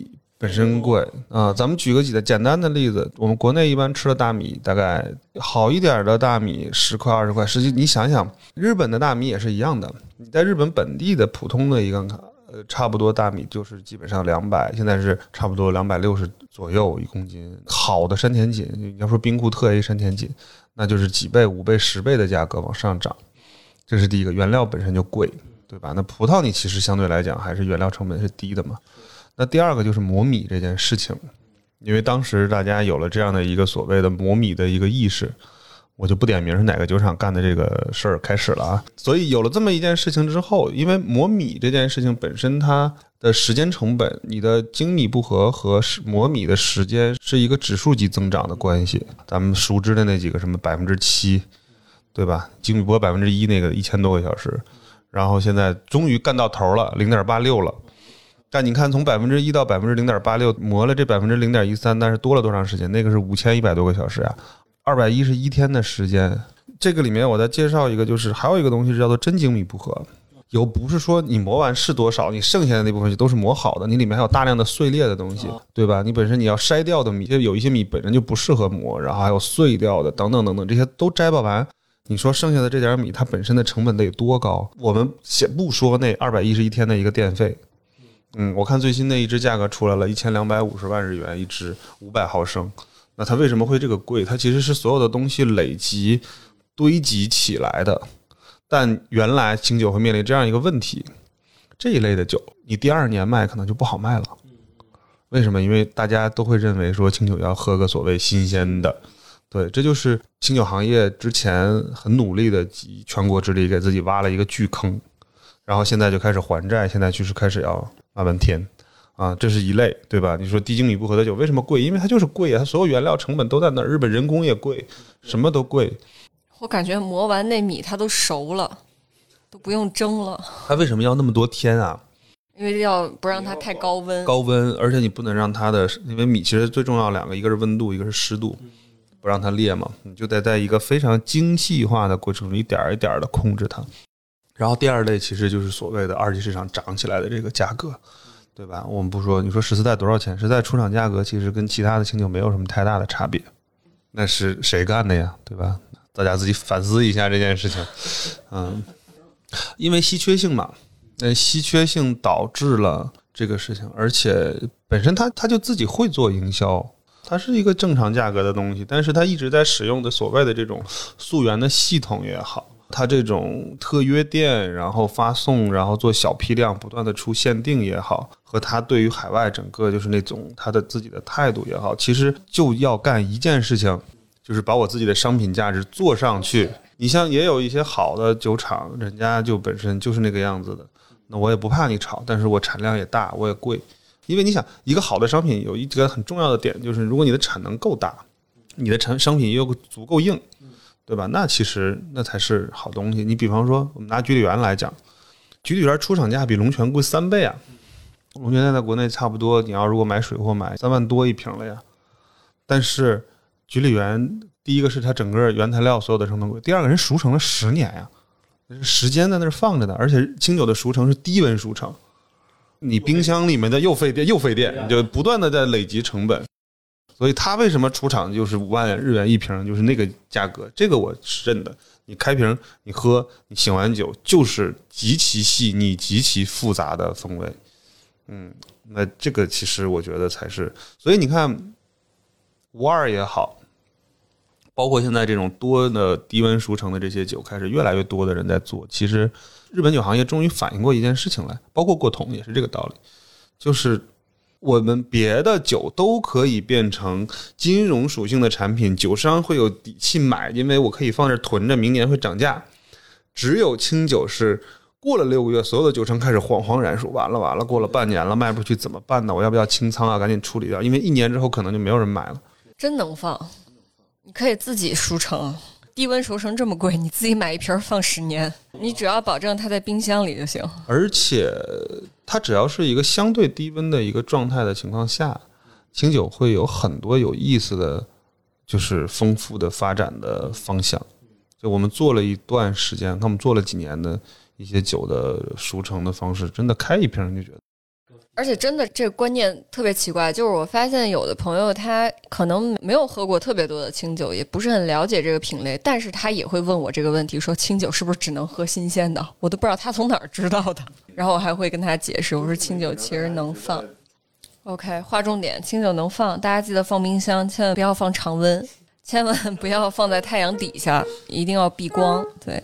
本身贵啊。咱们举个几个简单的例子，我们国内一般吃的大米，大概好一点的大米10块20块，实际你想想，日本的大米也是一样的。你在日本本地的普通的一个差不多大米就是基本上200，现在是差不多260左右1公斤。好的山田锦，你要说冰库特 A 山田锦，那就是几倍、5倍、10倍的价格往上涨。这是第一个，原料本身就贵，对吧？那葡萄你其实相对来讲还是原料成本是低的嘛。那第二个就是磨米这件事情，因为当时大家有了这样的一个所谓的磨米的一个意识，我就不点名是哪个酒厂干的这个事儿开始了啊。所以有了这么一件事情之后，因为磨米这件事情本身它的时间成本，你的精米不合和磨米的时间是一个指数级增长的关系。咱们熟知的那几个什么7%，对吧？精米不合1%那个1000多个小时，然后现在终于干到头了，0.86了。但你看，从1%到0.86，磨了这0.13%，但是多了多长时间？那个是5100多个小时啊，211天的时间。这个里面我再介绍一个，就是还有一个东西是叫做真精米不合。有不是说你磨完是多少，你剩下的那部分都是磨好的，你里面还有大量的碎裂的东西，对吧？你本身你要筛掉的米，有一些米本身就不适合磨，然后还有碎掉的等等等等，这些都摘不完。你说剩下的这点米，它本身的成本得多高？我们先不说那211天的一个电费。我看最新的一支价格出来了，1250万日元一支500毫升。那它为什么会这个贵？它其实是所有的东西累积堆积起来的。但原来清酒会面临这样一个问题，这一类的酒你第2年卖可能就不好卖了。为什么？因为大家都会认为说清酒要喝个所谓新鲜的。对，这就是清酒行业之前很努力的集全国之力给自己挖了一个巨坑，然后现在就开始还债，现在就是开始要慢慢填啊，这是一类，对吧？你说低精米不合的酒为什么贵？因为它就是贵啊，它所有原料成本都在那儿，日本人工也贵，什么都贵。 我感觉磨完那米它都熟了，都不用蒸了。 它为什么要那么多天啊？ 因为要不让它太高温， 而且你不能让它的，因为米其实最重要2个，一个是温度，一个是湿度。不让它裂嘛，你就得在一个非常精细化的过程中一点一点的控制它。然后第二类其实就是所谓的二级市场涨起来的这个价格，对吧？我们不说，你说14代多少钱？14代出厂价格其实跟其他的清酒没有什么太大的差别，那是谁干的呀？对吧？大家自己反思一下这件事情。因为稀缺性嘛，稀缺性导致了这个事情，而且本身它就自己会做营销。它是一个正常价格的东西，但是它一直在使用的所谓的这种溯源的系统也好，它这种特约店，然后发送，然后做小批量不断的出限定也好，和它对于海外整个就是那种它的自己的态度也好，其实就要干一件事情，就是把我自己的商品价值做上去。你像也有一些好的酒厂，人家就本身就是那个样子的，那我也不怕你炒，但是我产量也大，我也贵。因为你想，一个好的商品有一个很重要的点，就是如果你的产能够大，你的商品又足够硬，对吧？那其实那才是好东西。你比方说，我们拿菊里园来讲，菊里园出厂价比龙泉贵3倍啊。龙泉在国内差不多，你要如果买水货买3万多一瓶了呀。但是菊里园，第一个是它整个原材料所有的成本贵，第二个人熟成了10年呀，时间在那儿放着的，而且清酒的熟成是低温熟成。你冰箱里面的又费电，你就不断的在累积成本，所以它为什么出厂就是5万日元一瓶，就是那个价格，这个我是认的。你开瓶，你喝，你醒完酒就是极其细腻、极其复杂的风味。那这个其实我觉得才是，所以你看52也好，包括现在这种多的低温熟成的这些酒，开始越来越多的人在做。其实日本酒行业终于反应过一件事情来，包括过桶也是这个道理，就是我们别的酒都可以变成金融属性的产品，酒商会有底气买，因为我可以放这囤着，明年会涨价。只有清酒是过了6个月，所有的酒商开始惶然说完了，过了半年了，卖不出去怎么办呢？我要不要清仓啊？赶紧处理掉，因为1年之后可能就没有人买了。 真能放，你可以自己熟成。低温熟成这么贵，你自己买一瓶放10年，你只要保证它在冰箱里就行。 而且它只要是一个相对低温的一个状态的情况下，清酒会有很多有意思的，就是丰富的发展的方向。就我们做了一段时间，我们做了几年的一些酒的熟成的方式，真的开一瓶就觉得而且真的这个观念特别奇怪，就是我发现有的朋友他可能没有喝过特别多的清酒，也不是很了解这个品类，但是他也会问我这个问题，说清酒是不是只能喝新鲜的？我都不知道他从哪儿知道的。然后我还会跟他解释，我说清酒其实能放。OK， 划重点，清酒能放，大家记得放冰箱，千万不要放常温，千万不要放在太阳底下，一定要避光。对。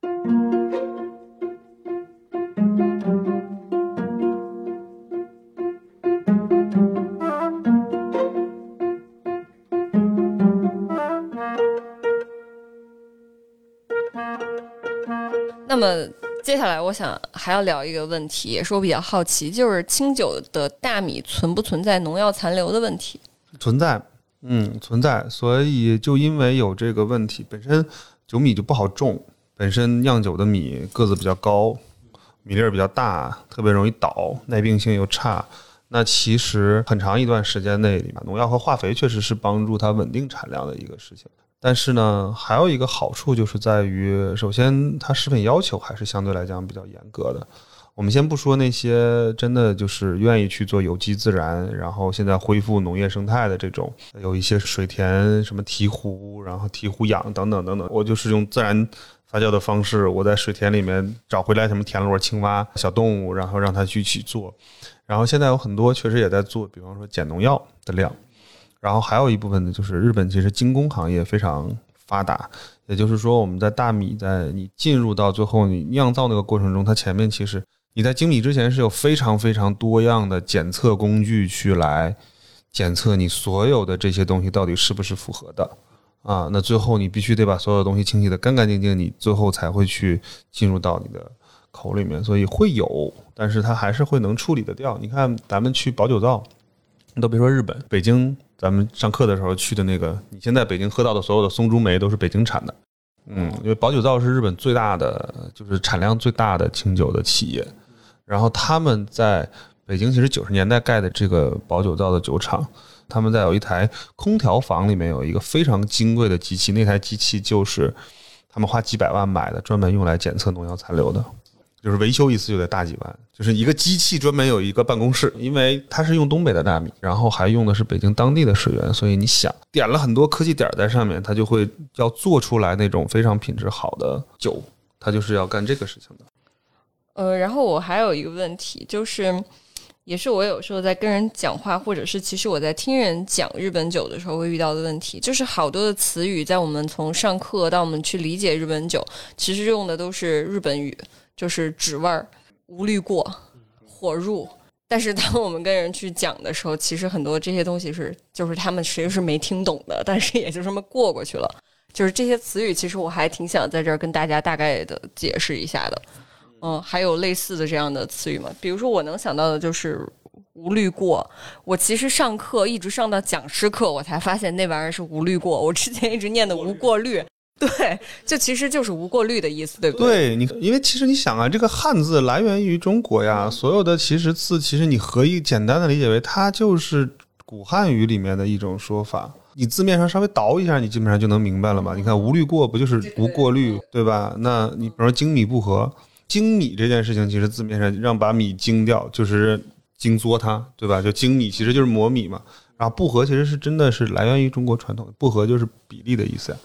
那么接下来我想还要聊一个问题，也是我比较好奇，就是清酒的大米存不存在农药残留的问题？ 存在，存在。所以就因为有这个问题，本身酒米就不好种，本身酿酒的米个子比较高，米粒儿比较大，特别容易倒，耐病性又差。那其实很长一段时间内里面，农药和化肥确实是帮助它稳定产量的一个事情。但是呢，还有一个好处就是在于，首先它食品要求还是相对来讲比较严格的。我们先不说那些真的就是愿意去做有机自然，然后现在恢复农业生态的这种，有一些水田什么醍醐，然后醍醐养等等等等，我就是用自然发酵的方式，我在水田里面找回来什么田螺、青蛙、小动物，然后让它去做。然后现在有很多确实也在做，比方说减农药的量。然后还有一部分呢，就是日本其实精工行业非常发达，也就是说我们在大米在你进入到最后你酿造那个过程中，它前面其实你在精米之前是有非常非常多样的检测工具去来检测你所有的这些东西到底是不是符合的啊。那最后你必须得把所有东西清洗得干干净净，你最后才会去进入到你的口里面。所以会有，但是它还是会能处理得掉。你看咱们去保酒造，都别说日本，北京咱们上课的时候去的那个，你现在北京喝到的所有的松竹梅都是北京产的。因为保酒造是日本最大的，就是产量最大的清酒的企业。然后他们在北京其实90年代盖的这个保酒造的酒厂，他们在有一台空调房里面有一个非常金贵的机器，那台机器就是他们花几百万买的，专门用来检测农药残留的。就是维修一次就得大几万，就是一个机器专门有一个办公室，因为它是用东北的大米，然后还用的是北京当地的水源，所以你想点了很多科技点在上面，它就会要做出来那种非常品质好的酒，它就是要干这个事情的。 然后我还有一个问题，就是也是我有时候在跟人讲话，或者是其实我在听人讲日本酒的时候会遇到的问题，就是好多的词语在我们从上课到我们去理解日本酒，其实用的都是日本语，就是指味儿、无滤过、火入。但是当我们跟人去讲的时候，其实很多这些东西就是他们谁是没听懂的，但是也就这么过去了。就是这些词语，其实我还挺想在这儿跟大家大概的解释一下的。还有类似的这样的词语吗？比如说我能想到的就是无滤过，我其实上课一直上到讲师课，我才发现那玩意儿是无滤过，我之前一直念的无过滤。对，就其实就是无过滤的意思，对不对？ 对，因为其实你想啊，这个汉字来源于中国呀，所有的其实字，其实你可以简单的理解为它就是古汉语里面的一种说法。你字面上稍微倒一下，你基本上就能明白了嘛。你看无滤过不就是无过滤，对吧？那你比如说精米不和，精米这件事情，其实字面上让把米精掉，就是精缩它，对吧？就精米其实就是磨米嘛。然后不和其实是真的是来源于中国传统，不和就是比例的意思呀。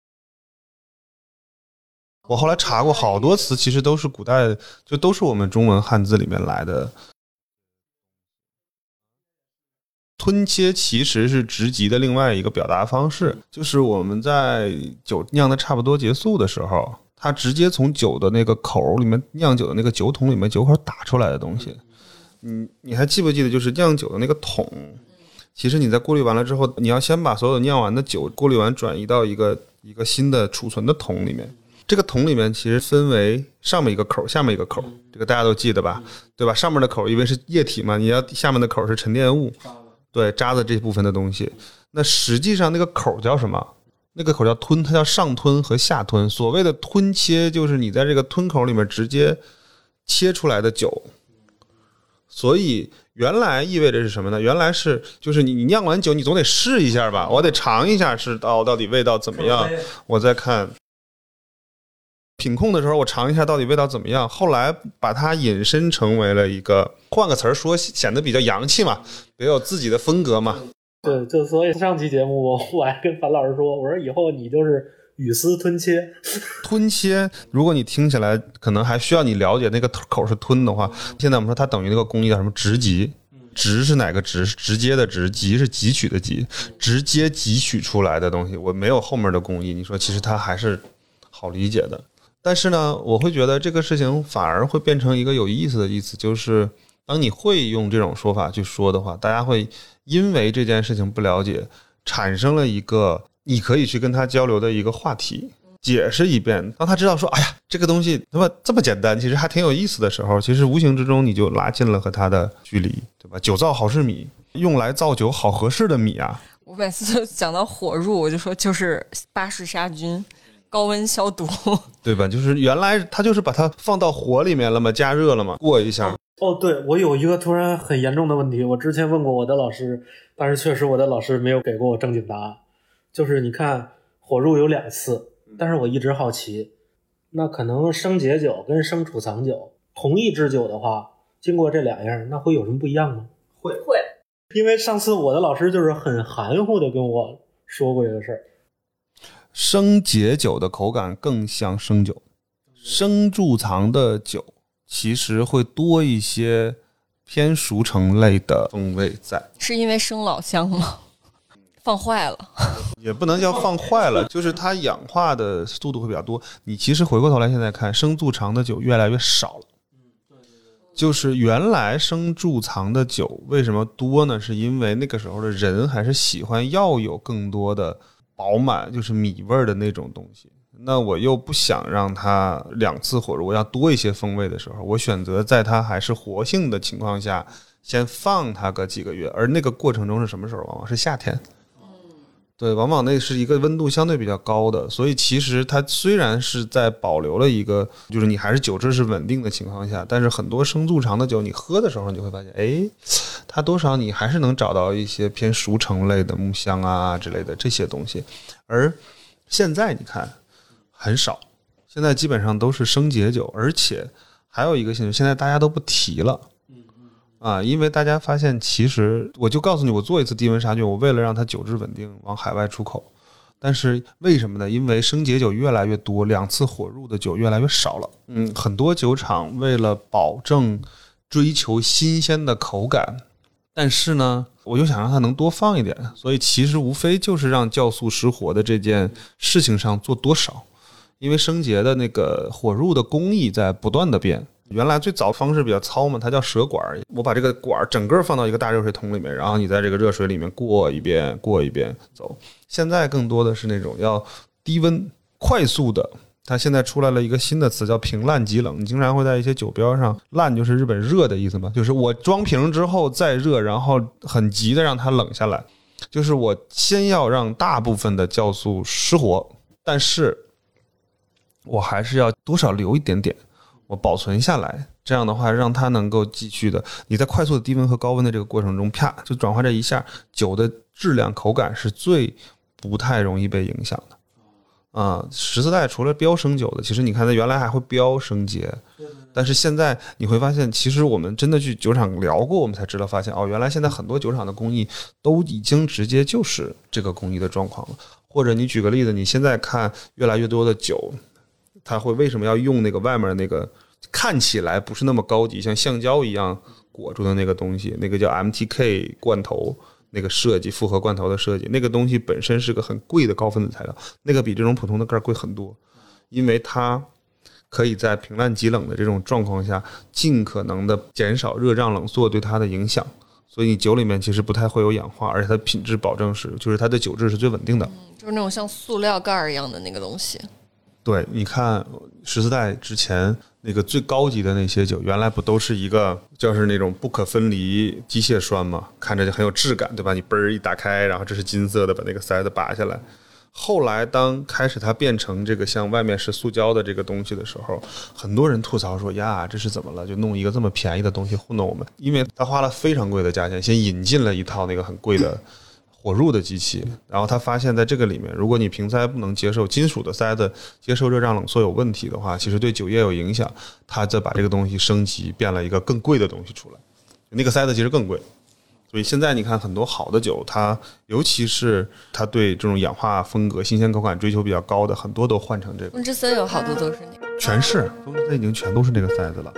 我后来查过好多词，其实都是古代，就都是我们中文汉字里面来的。吞切其实是直击的另外一个表达方式，就是我们在酒酿的差不多结束的时候，它直接从酒的那个口里面，酿酒的那个酒桶里面酒口打出来的东西。你还记不记得，就是酿酒的那个桶，其实你在过滤完了之后，你要先把所有酿完的酒过滤完转移到一个新的储存的桶里面。这个桶里面其实分为上面一个口，下面一个口，这个大家都记得吧？对吧？上面的口因为是液体嘛，你要下面的口是沉淀物，对，渣子这部分的东西。那实际上那个口叫什么？那个口叫吞，它叫上吞和下吞。所谓的吞切，就是你在这个吞口里面直接切出来的酒。所以原来意味着是什么呢？原来是就是你酿完酒，你总得试一下吧，我得尝一下是到底味道怎么样，我再看。 品控的时候我尝一下到底味道怎么样，后来把它引申成为了一个，换个词儿说显得比较洋气嘛，比较有自己的风格嘛。 对，就所以上期节目我还跟樊老师说，我说以后你就是语丝吞切。 吞切，如果你听起来可能还需要你了解那个口是吞的话，现在我们说它等于那个工艺叫什么直级，直是哪个直？直接的直，级是汲取的汲，直接汲取出来的东西，我没有后面的工艺，你说其实它还是好理解的。但是呢，我会觉得这个事情反而会变成一个有意思的意思，就是当你会用这种说法去说的话，大家会因为这件事情不了解，产生了一个你可以去跟他交流的一个话题，解释一遍。当他知道说，哎呀，这个东西这么简单，其实还挺有意思的时候，其实无形之中你就拉近了和他的距离，对吧？酒造好是米，用来造酒好合适的米啊。 我每次讲到火入，我就说就是巴氏杀菌。高温消毒， 对吧？就是原来他就是把它放到火里面了嘛，加热了嘛，过一下。 哦，对，我有一个突然很严重的问题，我之前问过我的老师，但是确实我的老师没有给过我正经答案。就是你看火入有2次，但是我一直好奇，那可能生解酒跟生储藏酒同一支酒的话，经过这2样，那会有什么不一样吗？ 会， 因为上次我的老师就是很含糊的跟我说过这个事儿。 生解酒的口感更像生酒，生贮藏的酒其实会多一些偏熟成类的风味在。 是因为生老香吗？放坏了也不能叫放坏了，就是它氧化的速度会比较多。你其实回过头来现在看，生贮藏的酒越来越少了。就是原来生贮藏的酒为什么多呢？是因为那个时候的人还是喜欢要有更多的饱满，就是米味的那种东西。那我又不想让它2次火入，我要多一些风味的时候，我选择在它还是活性的情况下先放它个几个月。而那个过程中是什么时候？往往是夏天。对，往往那是一个温度相对比较高的，所以其实它虽然是在保留了一个，就是你还是酒质是稳定的情况下，但是很多生贮藏的酒，你喝的时候你就会发现，哎，它多少你还是能找到一些偏熟成类的木香啊之类的这些东西。而现在你看很少，现在基本上都是生解酒，而且还有一个现在大家都不提了。因为大家发现，其实我就告诉你，我做一次低温杀菌，我为了让它酒质稳定，往海外出口。但是为什么呢？因为生解酒越来越多，2次火入的酒越来越少了。很多酒厂为了保证追求新鲜的口感，但是呢，我就想让它能多放一点，所以其实无非就是让酵素失活的这件事情上做多少。因为生解的那个火入的工艺在不断的变。原来最早方式比较糙嘛，它叫蛇管，我把这个管整个放到一个大热水桶里面，然后你在这个热水里面过一遍走。现在更多的是那种要低温快速的，它现在出来了一个新的词叫平烂即冷。你经常会在一些酒标上，烂就是日本热的意思嘛，就是我装瓶之后再热，然后很急的让它冷下来，就是我先要让大部分的酵素失活，但是我还是要多少留一点点，我保存下来，这样的话让它能够继续的，你在快速的低温和高温的这个过程中，啪就转化这一下，酒的质量口感是最不太容易被影响的。14代除了标生酒的，其实你看它原来还会标生解，但是现在你会发现，其实我们真的去酒厂聊过，我们才知道发现原来现在很多酒厂的工艺都已经直接就是这个工艺的状况了。或者你举个例子，你现在看越来越多的酒，它会为什么要用那个外面那个看起来不是那么高级，像橡胶一样裹住的那个东西，那个叫 MTK 罐头，那个设计复合罐头的设计，那个东西本身是个很贵的高分子材料，那个比这种普通的盖贵很多，因为它可以在平烂即冷的这种状况下尽可能的减少热胀冷缩对它的影响，所以你酒里面其实不太会有氧化，而且它品质保证就是它的酒质是最稳定的。 就是那种像塑料盖一样的那个东西。 对，你看14代之前那个最高级的那些酒，原来不都是一个就是那种不可分离机械栓吗？看着就很有质感，对吧？你嘣儿一打开，然后这是金色的，把那个塞子拔下来。后来当开始它变成这个像外面是塑胶的这个东西的时候，很多人吐槽说呀，这是怎么了？就弄一个这么便宜的东西糊弄我们。因为他花了非常贵的价钱先引进了一套那个很贵的火入的机器，然后他发现在这个里面，如果你瓶塞不能接受金属的塞子接受热胀冷缩有问题的话，其实对酒液有影响，他再把这个东西升级变了一个更贵的东西出来，那个塞子其实更贵。所以现在你看很多好的酒，它尤其是它对这种氧化风格新鲜口感追求比较高的，很多都换成这个风之森有好多都是那个， 全是风之森已经全都是这个塞子了。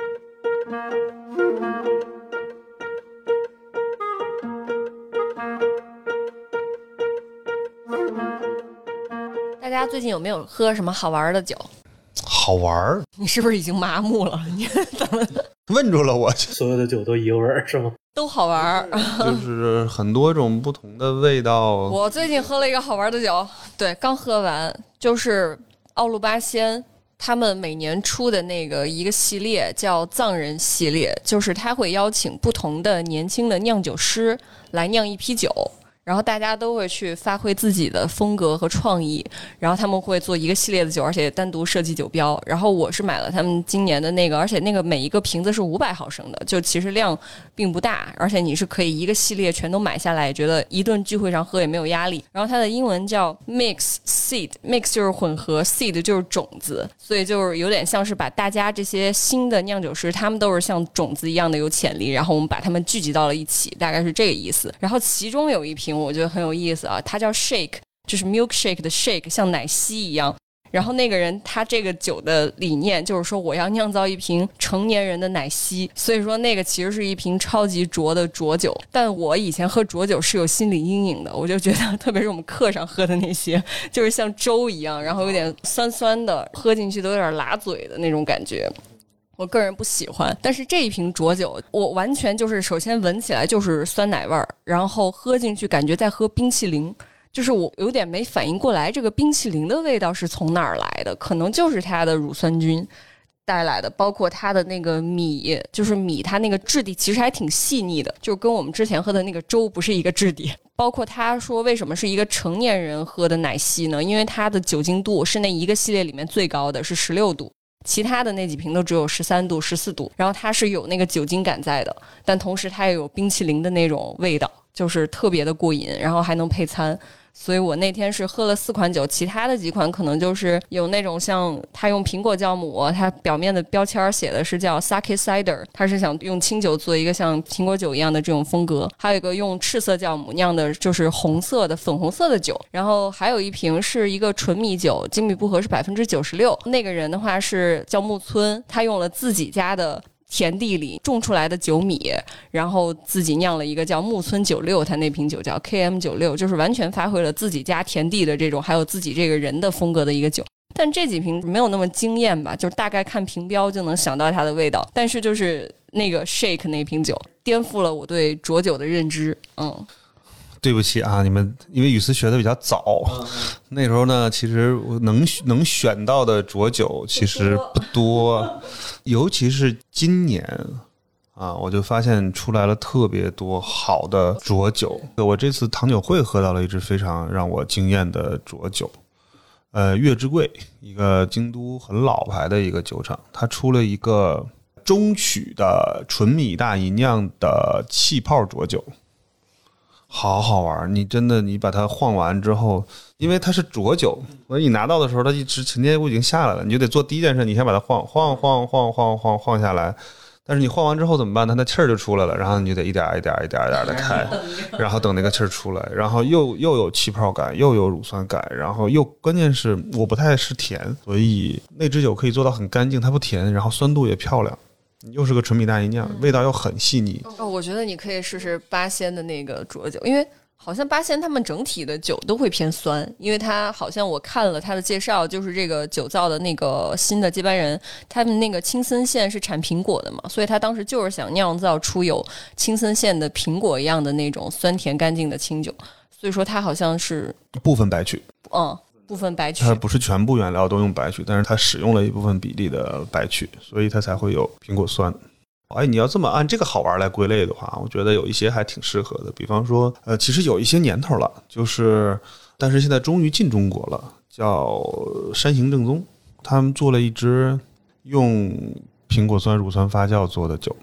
大家最近有没有喝什么好玩的酒？ 好玩？ 你是不是已经麻木了？你怎么问住了我？ 所有的酒都一个味儿是吗？ 都好玩， 就是很多种不同的味道。 我最近喝了一个好玩的酒，对，刚喝完，就是奥路巴仙他们每年出的那个一个系列叫藏人系列，就是他会邀请不同的年轻的酿酒师来酿一批酒，然后大家都会去发挥自己的风格和创意，然后他们会做一个系列的酒，而且单独设计酒标。然后我是买了他们今年的那个，而且那个每一个瓶子是500毫升的，就其实量并不大，而且你是可以一个系列全都买下来，觉得一顿聚会上喝也没有压力。然后它的英文叫 Mix Seed，Mix 就是混合， Seed 就是种子，所以就是有点像是把大家这些新的酿酒师，他们都是像种子一样的有潜力，然后我们把他们聚集到了一起，大概是这个意思。然后其中有一瓶我觉得很有意思啊，它叫 Shake， 就是 milkshake 的 shake， 像奶昔一样。然后那个人他这个酒的理念就是说我要酿造一瓶成年人的奶昔，所以说那个其实是一瓶超级浊的浊酒。但我以前喝浊酒是有心理阴影的，我就觉得特别是我们课上喝的那些就是像粥一样，然后有点酸酸的，喝进去都有点辣嘴的那种感觉，我个人不喜欢。但是这一瓶浊酒我完全就是首先闻起来就是酸奶味儿，然后喝进去感觉在喝冰淇淋，就是我有点没反应过来这个冰淇淋的味道是从哪儿来的，可能就是它的乳酸菌带来的，包括它的那个米，就是米它那个质地其实还挺细腻的，就跟我们之前喝的那个粥不是一个质地。包括他说为什么是一个成年人喝的奶昔呢，因为它的酒精度是那一个系列里面最高的，是16度，其他的那几瓶都只有13度14度，然后它是有那个酒精感在的，但同时它也有冰淇淋的那种味道，就是特别的过瘾，然后还能配餐。所以我那天是喝了4款酒，其他的几款可能就是有那种像他用苹果酵母，它表面的标签写的是叫 Sake Cider， 他是想用清酒做一个像苹果酒一样的这种风格，还有一个用赤色酵母酿的就是红色的粉红色的酒，然后还有一瓶是一个纯米酒，精米步合是 96%， 那个人的话是叫木村，他用了自己家的田地里种出来的酒米，然后自己酿了一个叫木村96，他那瓶酒叫 KM96， 就是完全发挥了自己家田地的这种还有自己这个人的风格的一个酒。但这几瓶没有那么惊艳吧，就是大概看瓶标就能想到它的味道，但是就是那个 Shake 那瓶酒颠覆了我对浊酒的认知。 对不起啊，你们因为雨思学的比较早，那时候呢，其实我能选到的浊酒其实不多，尤其是今年啊，我就发现出来了特别多好的浊酒。我这次糖酒会喝到了一支非常让我惊艳的浊酒，月之贵，一个京都很老牌的一个酒厂，它出了一个中曲的纯米大吟酿的气泡浊酒。好好玩，你真的你把它晃完之后，因为它是浊酒，所以你拿到的时候它一直沉淀物已经下来了，你就得做第一件事，你先把它晃下来。但是你晃完之后怎么办？它的气儿就出来了，然后你就得一点一点的开，然后等那个气儿出来，然后又有气泡感，又有乳酸感，然后又关键是我不太吃甜，所以那支酒可以做到很干净，它不甜，然后酸度也漂亮。又是个纯米大吟酿，味道又很细腻。 我觉得你可以试试八仙的那个浊酒，因为好像八仙他们整体的酒都会偏酸，因为他好像我看了他的介绍，就是这个酒造的那个新的接班人，他们那个青森县是产苹果的嘛，所以他当时就是想酿造出有青森县的苹果一样的那种酸甜干净的清酒，所以说他好像是部分白曲， 部分白曲， 它不是全部原料都用白曲，但是它使用了一部分比例的白曲，所以它才会有苹果酸。你要这么按这个好玩来归类的话，我觉得有一些还挺适合的。比方说，其实有一些年头了，但是现在终于进中国了，叫山形正宗，他们做了一支用苹果酸乳酸发酵做的酒，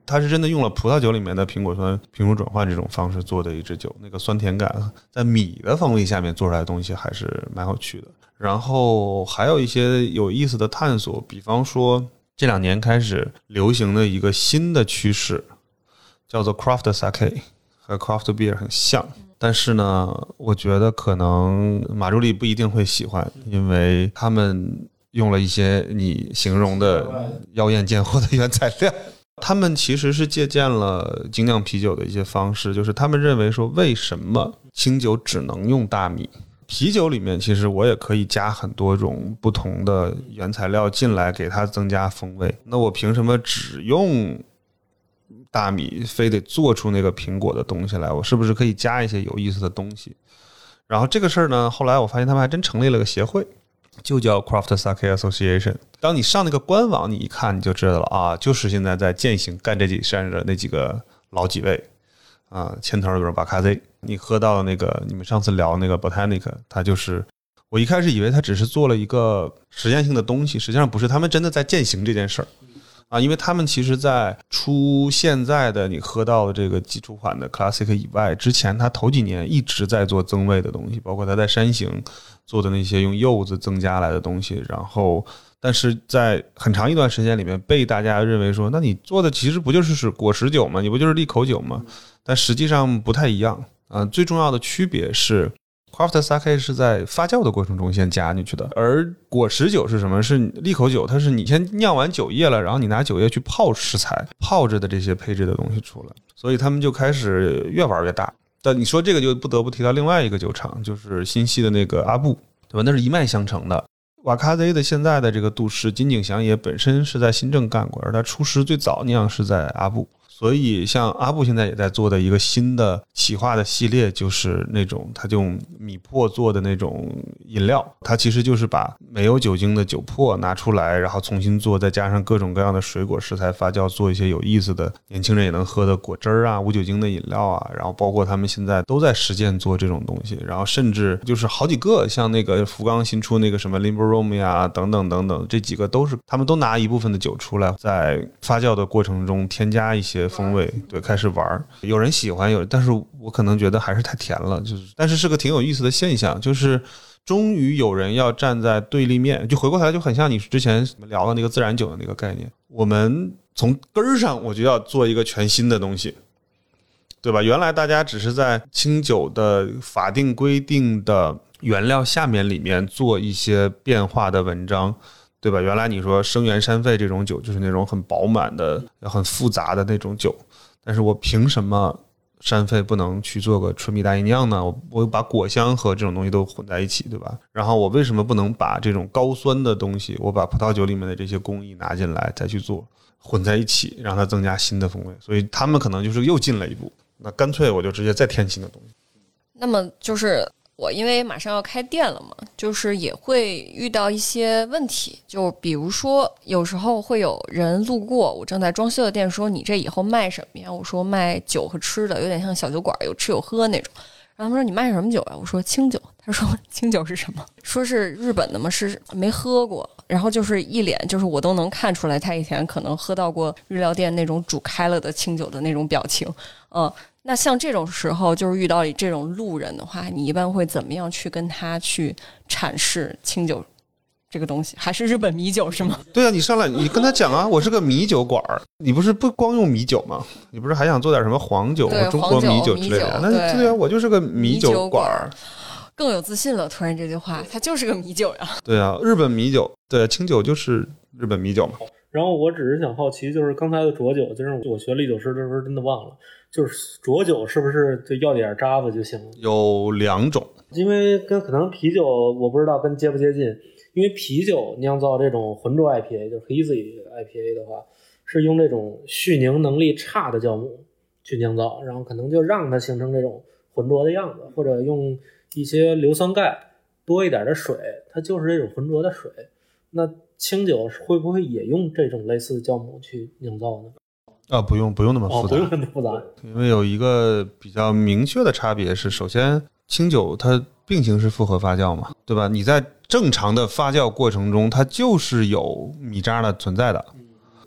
它是真的用了葡萄酒里面的苹果酸平乳转换这种方式做的一支酒，那个酸甜感在米的风味下面做出来的东西还是蛮有趣的。然后还有一些有意思的探索，比方说这2年开始流行的一个新的趋势叫做 craft sake， 和 craft beer 很像，但是呢我觉得可能马助理不一定会喜欢，因为他们用了一些你形容的妖艳贱货的原材料。他们其实是借鉴了精酿啤酒的一些方式，就是他们认为说为什么清酒只能用大米，啤酒里面其实我也可以加很多种不同的原材料进来给它增加风味，那我凭什么只用大米非得做出那个苹果的东西来，我是不是可以加一些有意思的东西。然后这个事儿呢，后来我发现他们还真成立了个协会，就叫 Craft Sake Association。 当你上那个官网你一看你就知道了啊，就是现在在践行干这几事的那几个老几位啊，牵头有个瓦卡 Z， 你喝到那个你们上次聊那个 Botanic， 它就是我一开始以为它只是做了一个实验性的东西，实际上不是，他们真的在践行这件事儿啊，因为他们其实在出现在的你喝到的这个基础款的 Classic 以外，之前他头几年一直在做增味的东西，包括他在山形做的那些用柚子增加来的东西，然后但是在很长一段时间里面被大家认为说，那你做的其实不就是果实酒吗？你不就是利口酒吗？但实际上不太一样最重要的区别是Craft Sake 是在发酵的过程中先加进去的，而果实酒是什么？是利口酒，它是你先酿完酒液了，然后你拿酒液去泡食材，泡着的这些配置的东西出来，所以他们就开始越玩越大。但你说这个就不得不提到另外一个酒厂，就是新西的那个阿布，对吧？那是一脉相承的。瓦卡 Z 的现在的这个杜氏金井祥也本身是在新郑干过，而他出师最早酿是在阿布。所以像阿布现在也在做的一个新的企划的系列，就是那种他用米粕做的那种饮料，它其实就是把没有酒精的酒粕拿出来，然后重新做，再加上各种各样的水果食材发酵，做一些有意思的年轻人也能喝的果汁啊，无酒精的饮料啊，然后包括他们现在都在实践做这种东西，然后甚至就是好几个像那个福冈新出那个什么 Limbo Room 啊等等等等，这几个都是他们都拿一部分的酒出来，在发酵的过程中添加一些风味，对，开始玩。有人喜欢，但是我可能觉得还是太甜了，但是个挺有意思的现象，就是终于有人要站在对立面，就回过头来就很像你之前聊的那个自然酒的那个概念，我们从根儿上我就要做一个全新的东西，对吧？原来大家只是在清酒的法定规定的原料下面里面做一些变化的文章，对吧？原来你说生源山肺这种酒就是那种很饱满的很复杂的那种酒，但是我凭什么山肺不能去做个纯米大吟酿呢？我把果香和这种东西都混在一起，对吧？然后我为什么不能把这种高酸的东西，我把葡萄酒里面的这些工艺拿进来再去做，混在一起，让它增加新的风味？所以他们可能就是又进了一步，那干脆我就直接再添新的东西。 那么就是我因为马上要开店了嘛，就是也会遇到一些问题，就比如说有时候会有人路过我正在装修的店说，你这以后卖什么呀？我说卖酒和吃的，有点像小酒馆，有吃有喝那种。然后他们说你卖什么酒呀？我说清酒。他说清酒是什么？说是日本的吗？是没喝过。然后就是一脸就是我都能看出来他以前可能喝到过日料店那种煮开了的清酒的那种表情。那像这种时候就是遇到这种路人的话，你一般会怎么样去跟他去阐释清酒这个东西？还是日本米酒是吗？ 对啊，你上来你跟他讲啊，我是个米酒馆，你不是不光用米酒吗？你不是还想做点什么黄酒、中国米酒之类的？那对啊，我就是个米酒馆， 更有自信了。突然这句话，它就是个米酒呀。 对啊，日本米酒，对，清酒就是日本米酒嘛。 然后我只是想好奇，就是刚才的浊酒，就是我学历酒师的时候真的忘了，就是浊酒是不是就要点渣子就行了？ 有2种， 因为跟可能啤酒我不知道跟接不接近，因为啤酒酿造这种浑浊 IPA 就是 hazy IPA 的话，是用这种续凝能力差的酵母去酿造，然后可能就让它形成这种浑浊的样子，或者用一些硫酸钙多一点的水，它就是这种浑浊的水。那清酒会不会也用这种类似的酵母去酿造呢？ 不用那么复杂， 不用那么复杂。 因为有一个比较明确的差别是，首先清酒它并行式复合发酵嘛，对吧？你在正常的发酵过程中，它就是有米渣的存在的。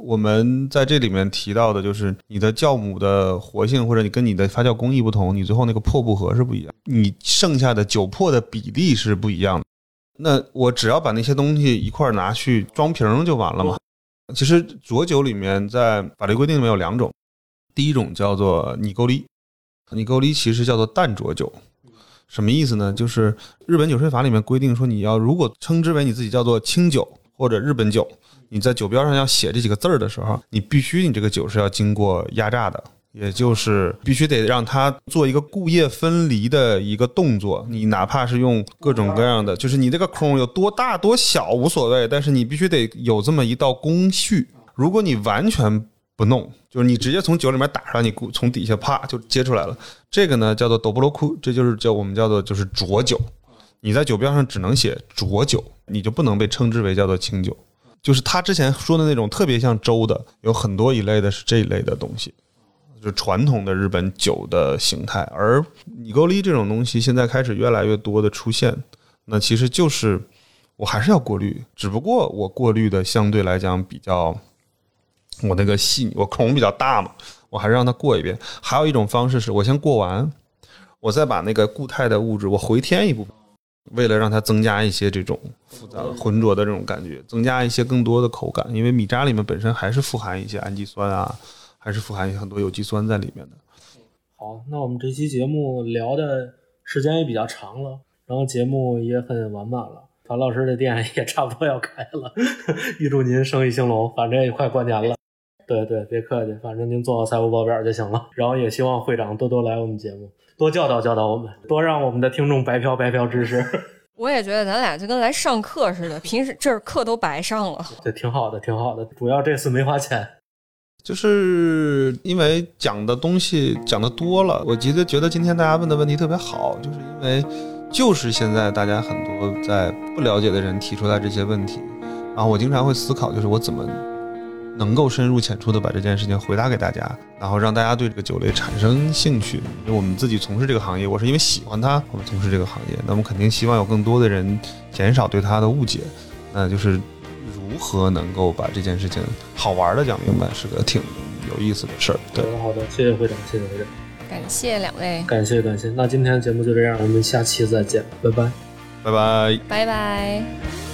我们在这里面提到的就是你的酵母的活性，或者你跟你的发酵工艺不同，你最后那个破布盒是不一样，你剩下的酒粕的比例是不一样的。那我只要把那些东西一块拿去装瓶就完了嘛。其实浊酒里面在法律规定里面有2种，第一种叫做尼沟利，尼沟利其实叫做淡浊酒。什么意思呢？就是日本酒税法里面规定说，你要如果称之为你自己叫做清酒或者日本酒，你在酒标上要写这几个字的时候，你必须你这个酒是要经过压榨的，也就是必须得让它做一个固液分离的一个动作。你哪怕是用各种各样的，就是你这个孔有多大多小无所谓，但是你必须得有这么一道工序。如果你完全不弄，就是你直接从酒里面打出来，你从底下啪就接出来了，这个呢叫做斗布罗库，这就是我们叫做就是浊酒。你在酒标上只能写浊酒，你就不能被称之为叫做清酒。就是他之前说的那种特别像粥的，有很多一类的是这一类的东西，就是传统的日本酒的形态。而尼沟利这种东西现在开始越来越多的出现，那其实就是我还是要过滤，只不过我过滤的相对来讲比较我那个细腻，我孔比较大嘛，我还是让它过一遍。还有一种方式是我先过完，我再把那个固态的物质我回添一部分，为了让它增加一些这种复杂的浑浊的这种感觉，增加一些更多的口感。因为米渣里面本身还是富含一些氨基酸啊，还是富含很多有机酸在里面的。 好，那我们这期节目聊的时间也比较长了，然后节目也很完满了，樊老师的店也差不多要开了，预祝您生意兴隆，反正也快过年了。对对，别客气，反正您做好财务报表就行了。然后也希望会长多多来我们节目，多教导教导我们，多让我们的听众白嫖知识。 我也觉得咱俩就跟来上课似的，平时这儿课都白上了。 对，挺好的，挺好的。主要这次没花钱， 就是因为讲的东西讲的多了，我觉得今天大家问的问题特别好，就是因为就是现在大家很多在不了解的人提出来这些问题，然后我经常会思考，就是我怎么能够深入浅出的把这件事情回答给大家，然后让大家对这个酒类产生兴趣。因为我们自己从事这个行业，我是因为喜欢它我们从事这个行业，那我们肯定希望有更多的人减少对它的误解，那就是如何能够把这件事情好玩的讲明白，是个挺有意思的事儿。对， 好的，谢谢会长，谢谢会长， 感谢两位， 感谢。那今天的节目就这样，我们下期再见，拜拜， 拜拜， 拜拜。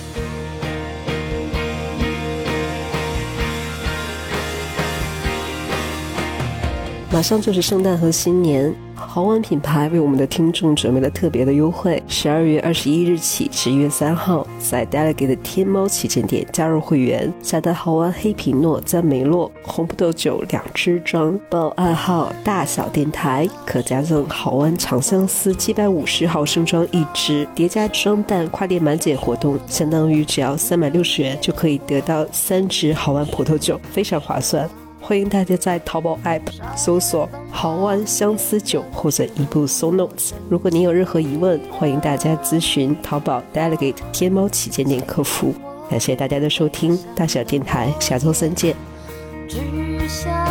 马上就是圣诞和新年，豪湾品牌为我们的听众准备了特别的优惠，12月21日起至1月3号，在 Delegate 的天猫旗舰店加入会员，下单豪湾黑皮诺、赞梅洛、红葡萄酒2支装，报暗号大小电台，可加赠豪湾长相思750毫升装1支，叠加双蛋跨店满减活动，相当于只要360元就可以得到3支豪湾葡萄酒，非常划算。欢迎大家在淘宝 App 搜索豪湾相思酒或者移步搜 Notes。如果您有任何疑问，欢迎大家咨询淘宝 Delegate 天猫旗舰店客服。感谢大家的收听，大小电台下周3见。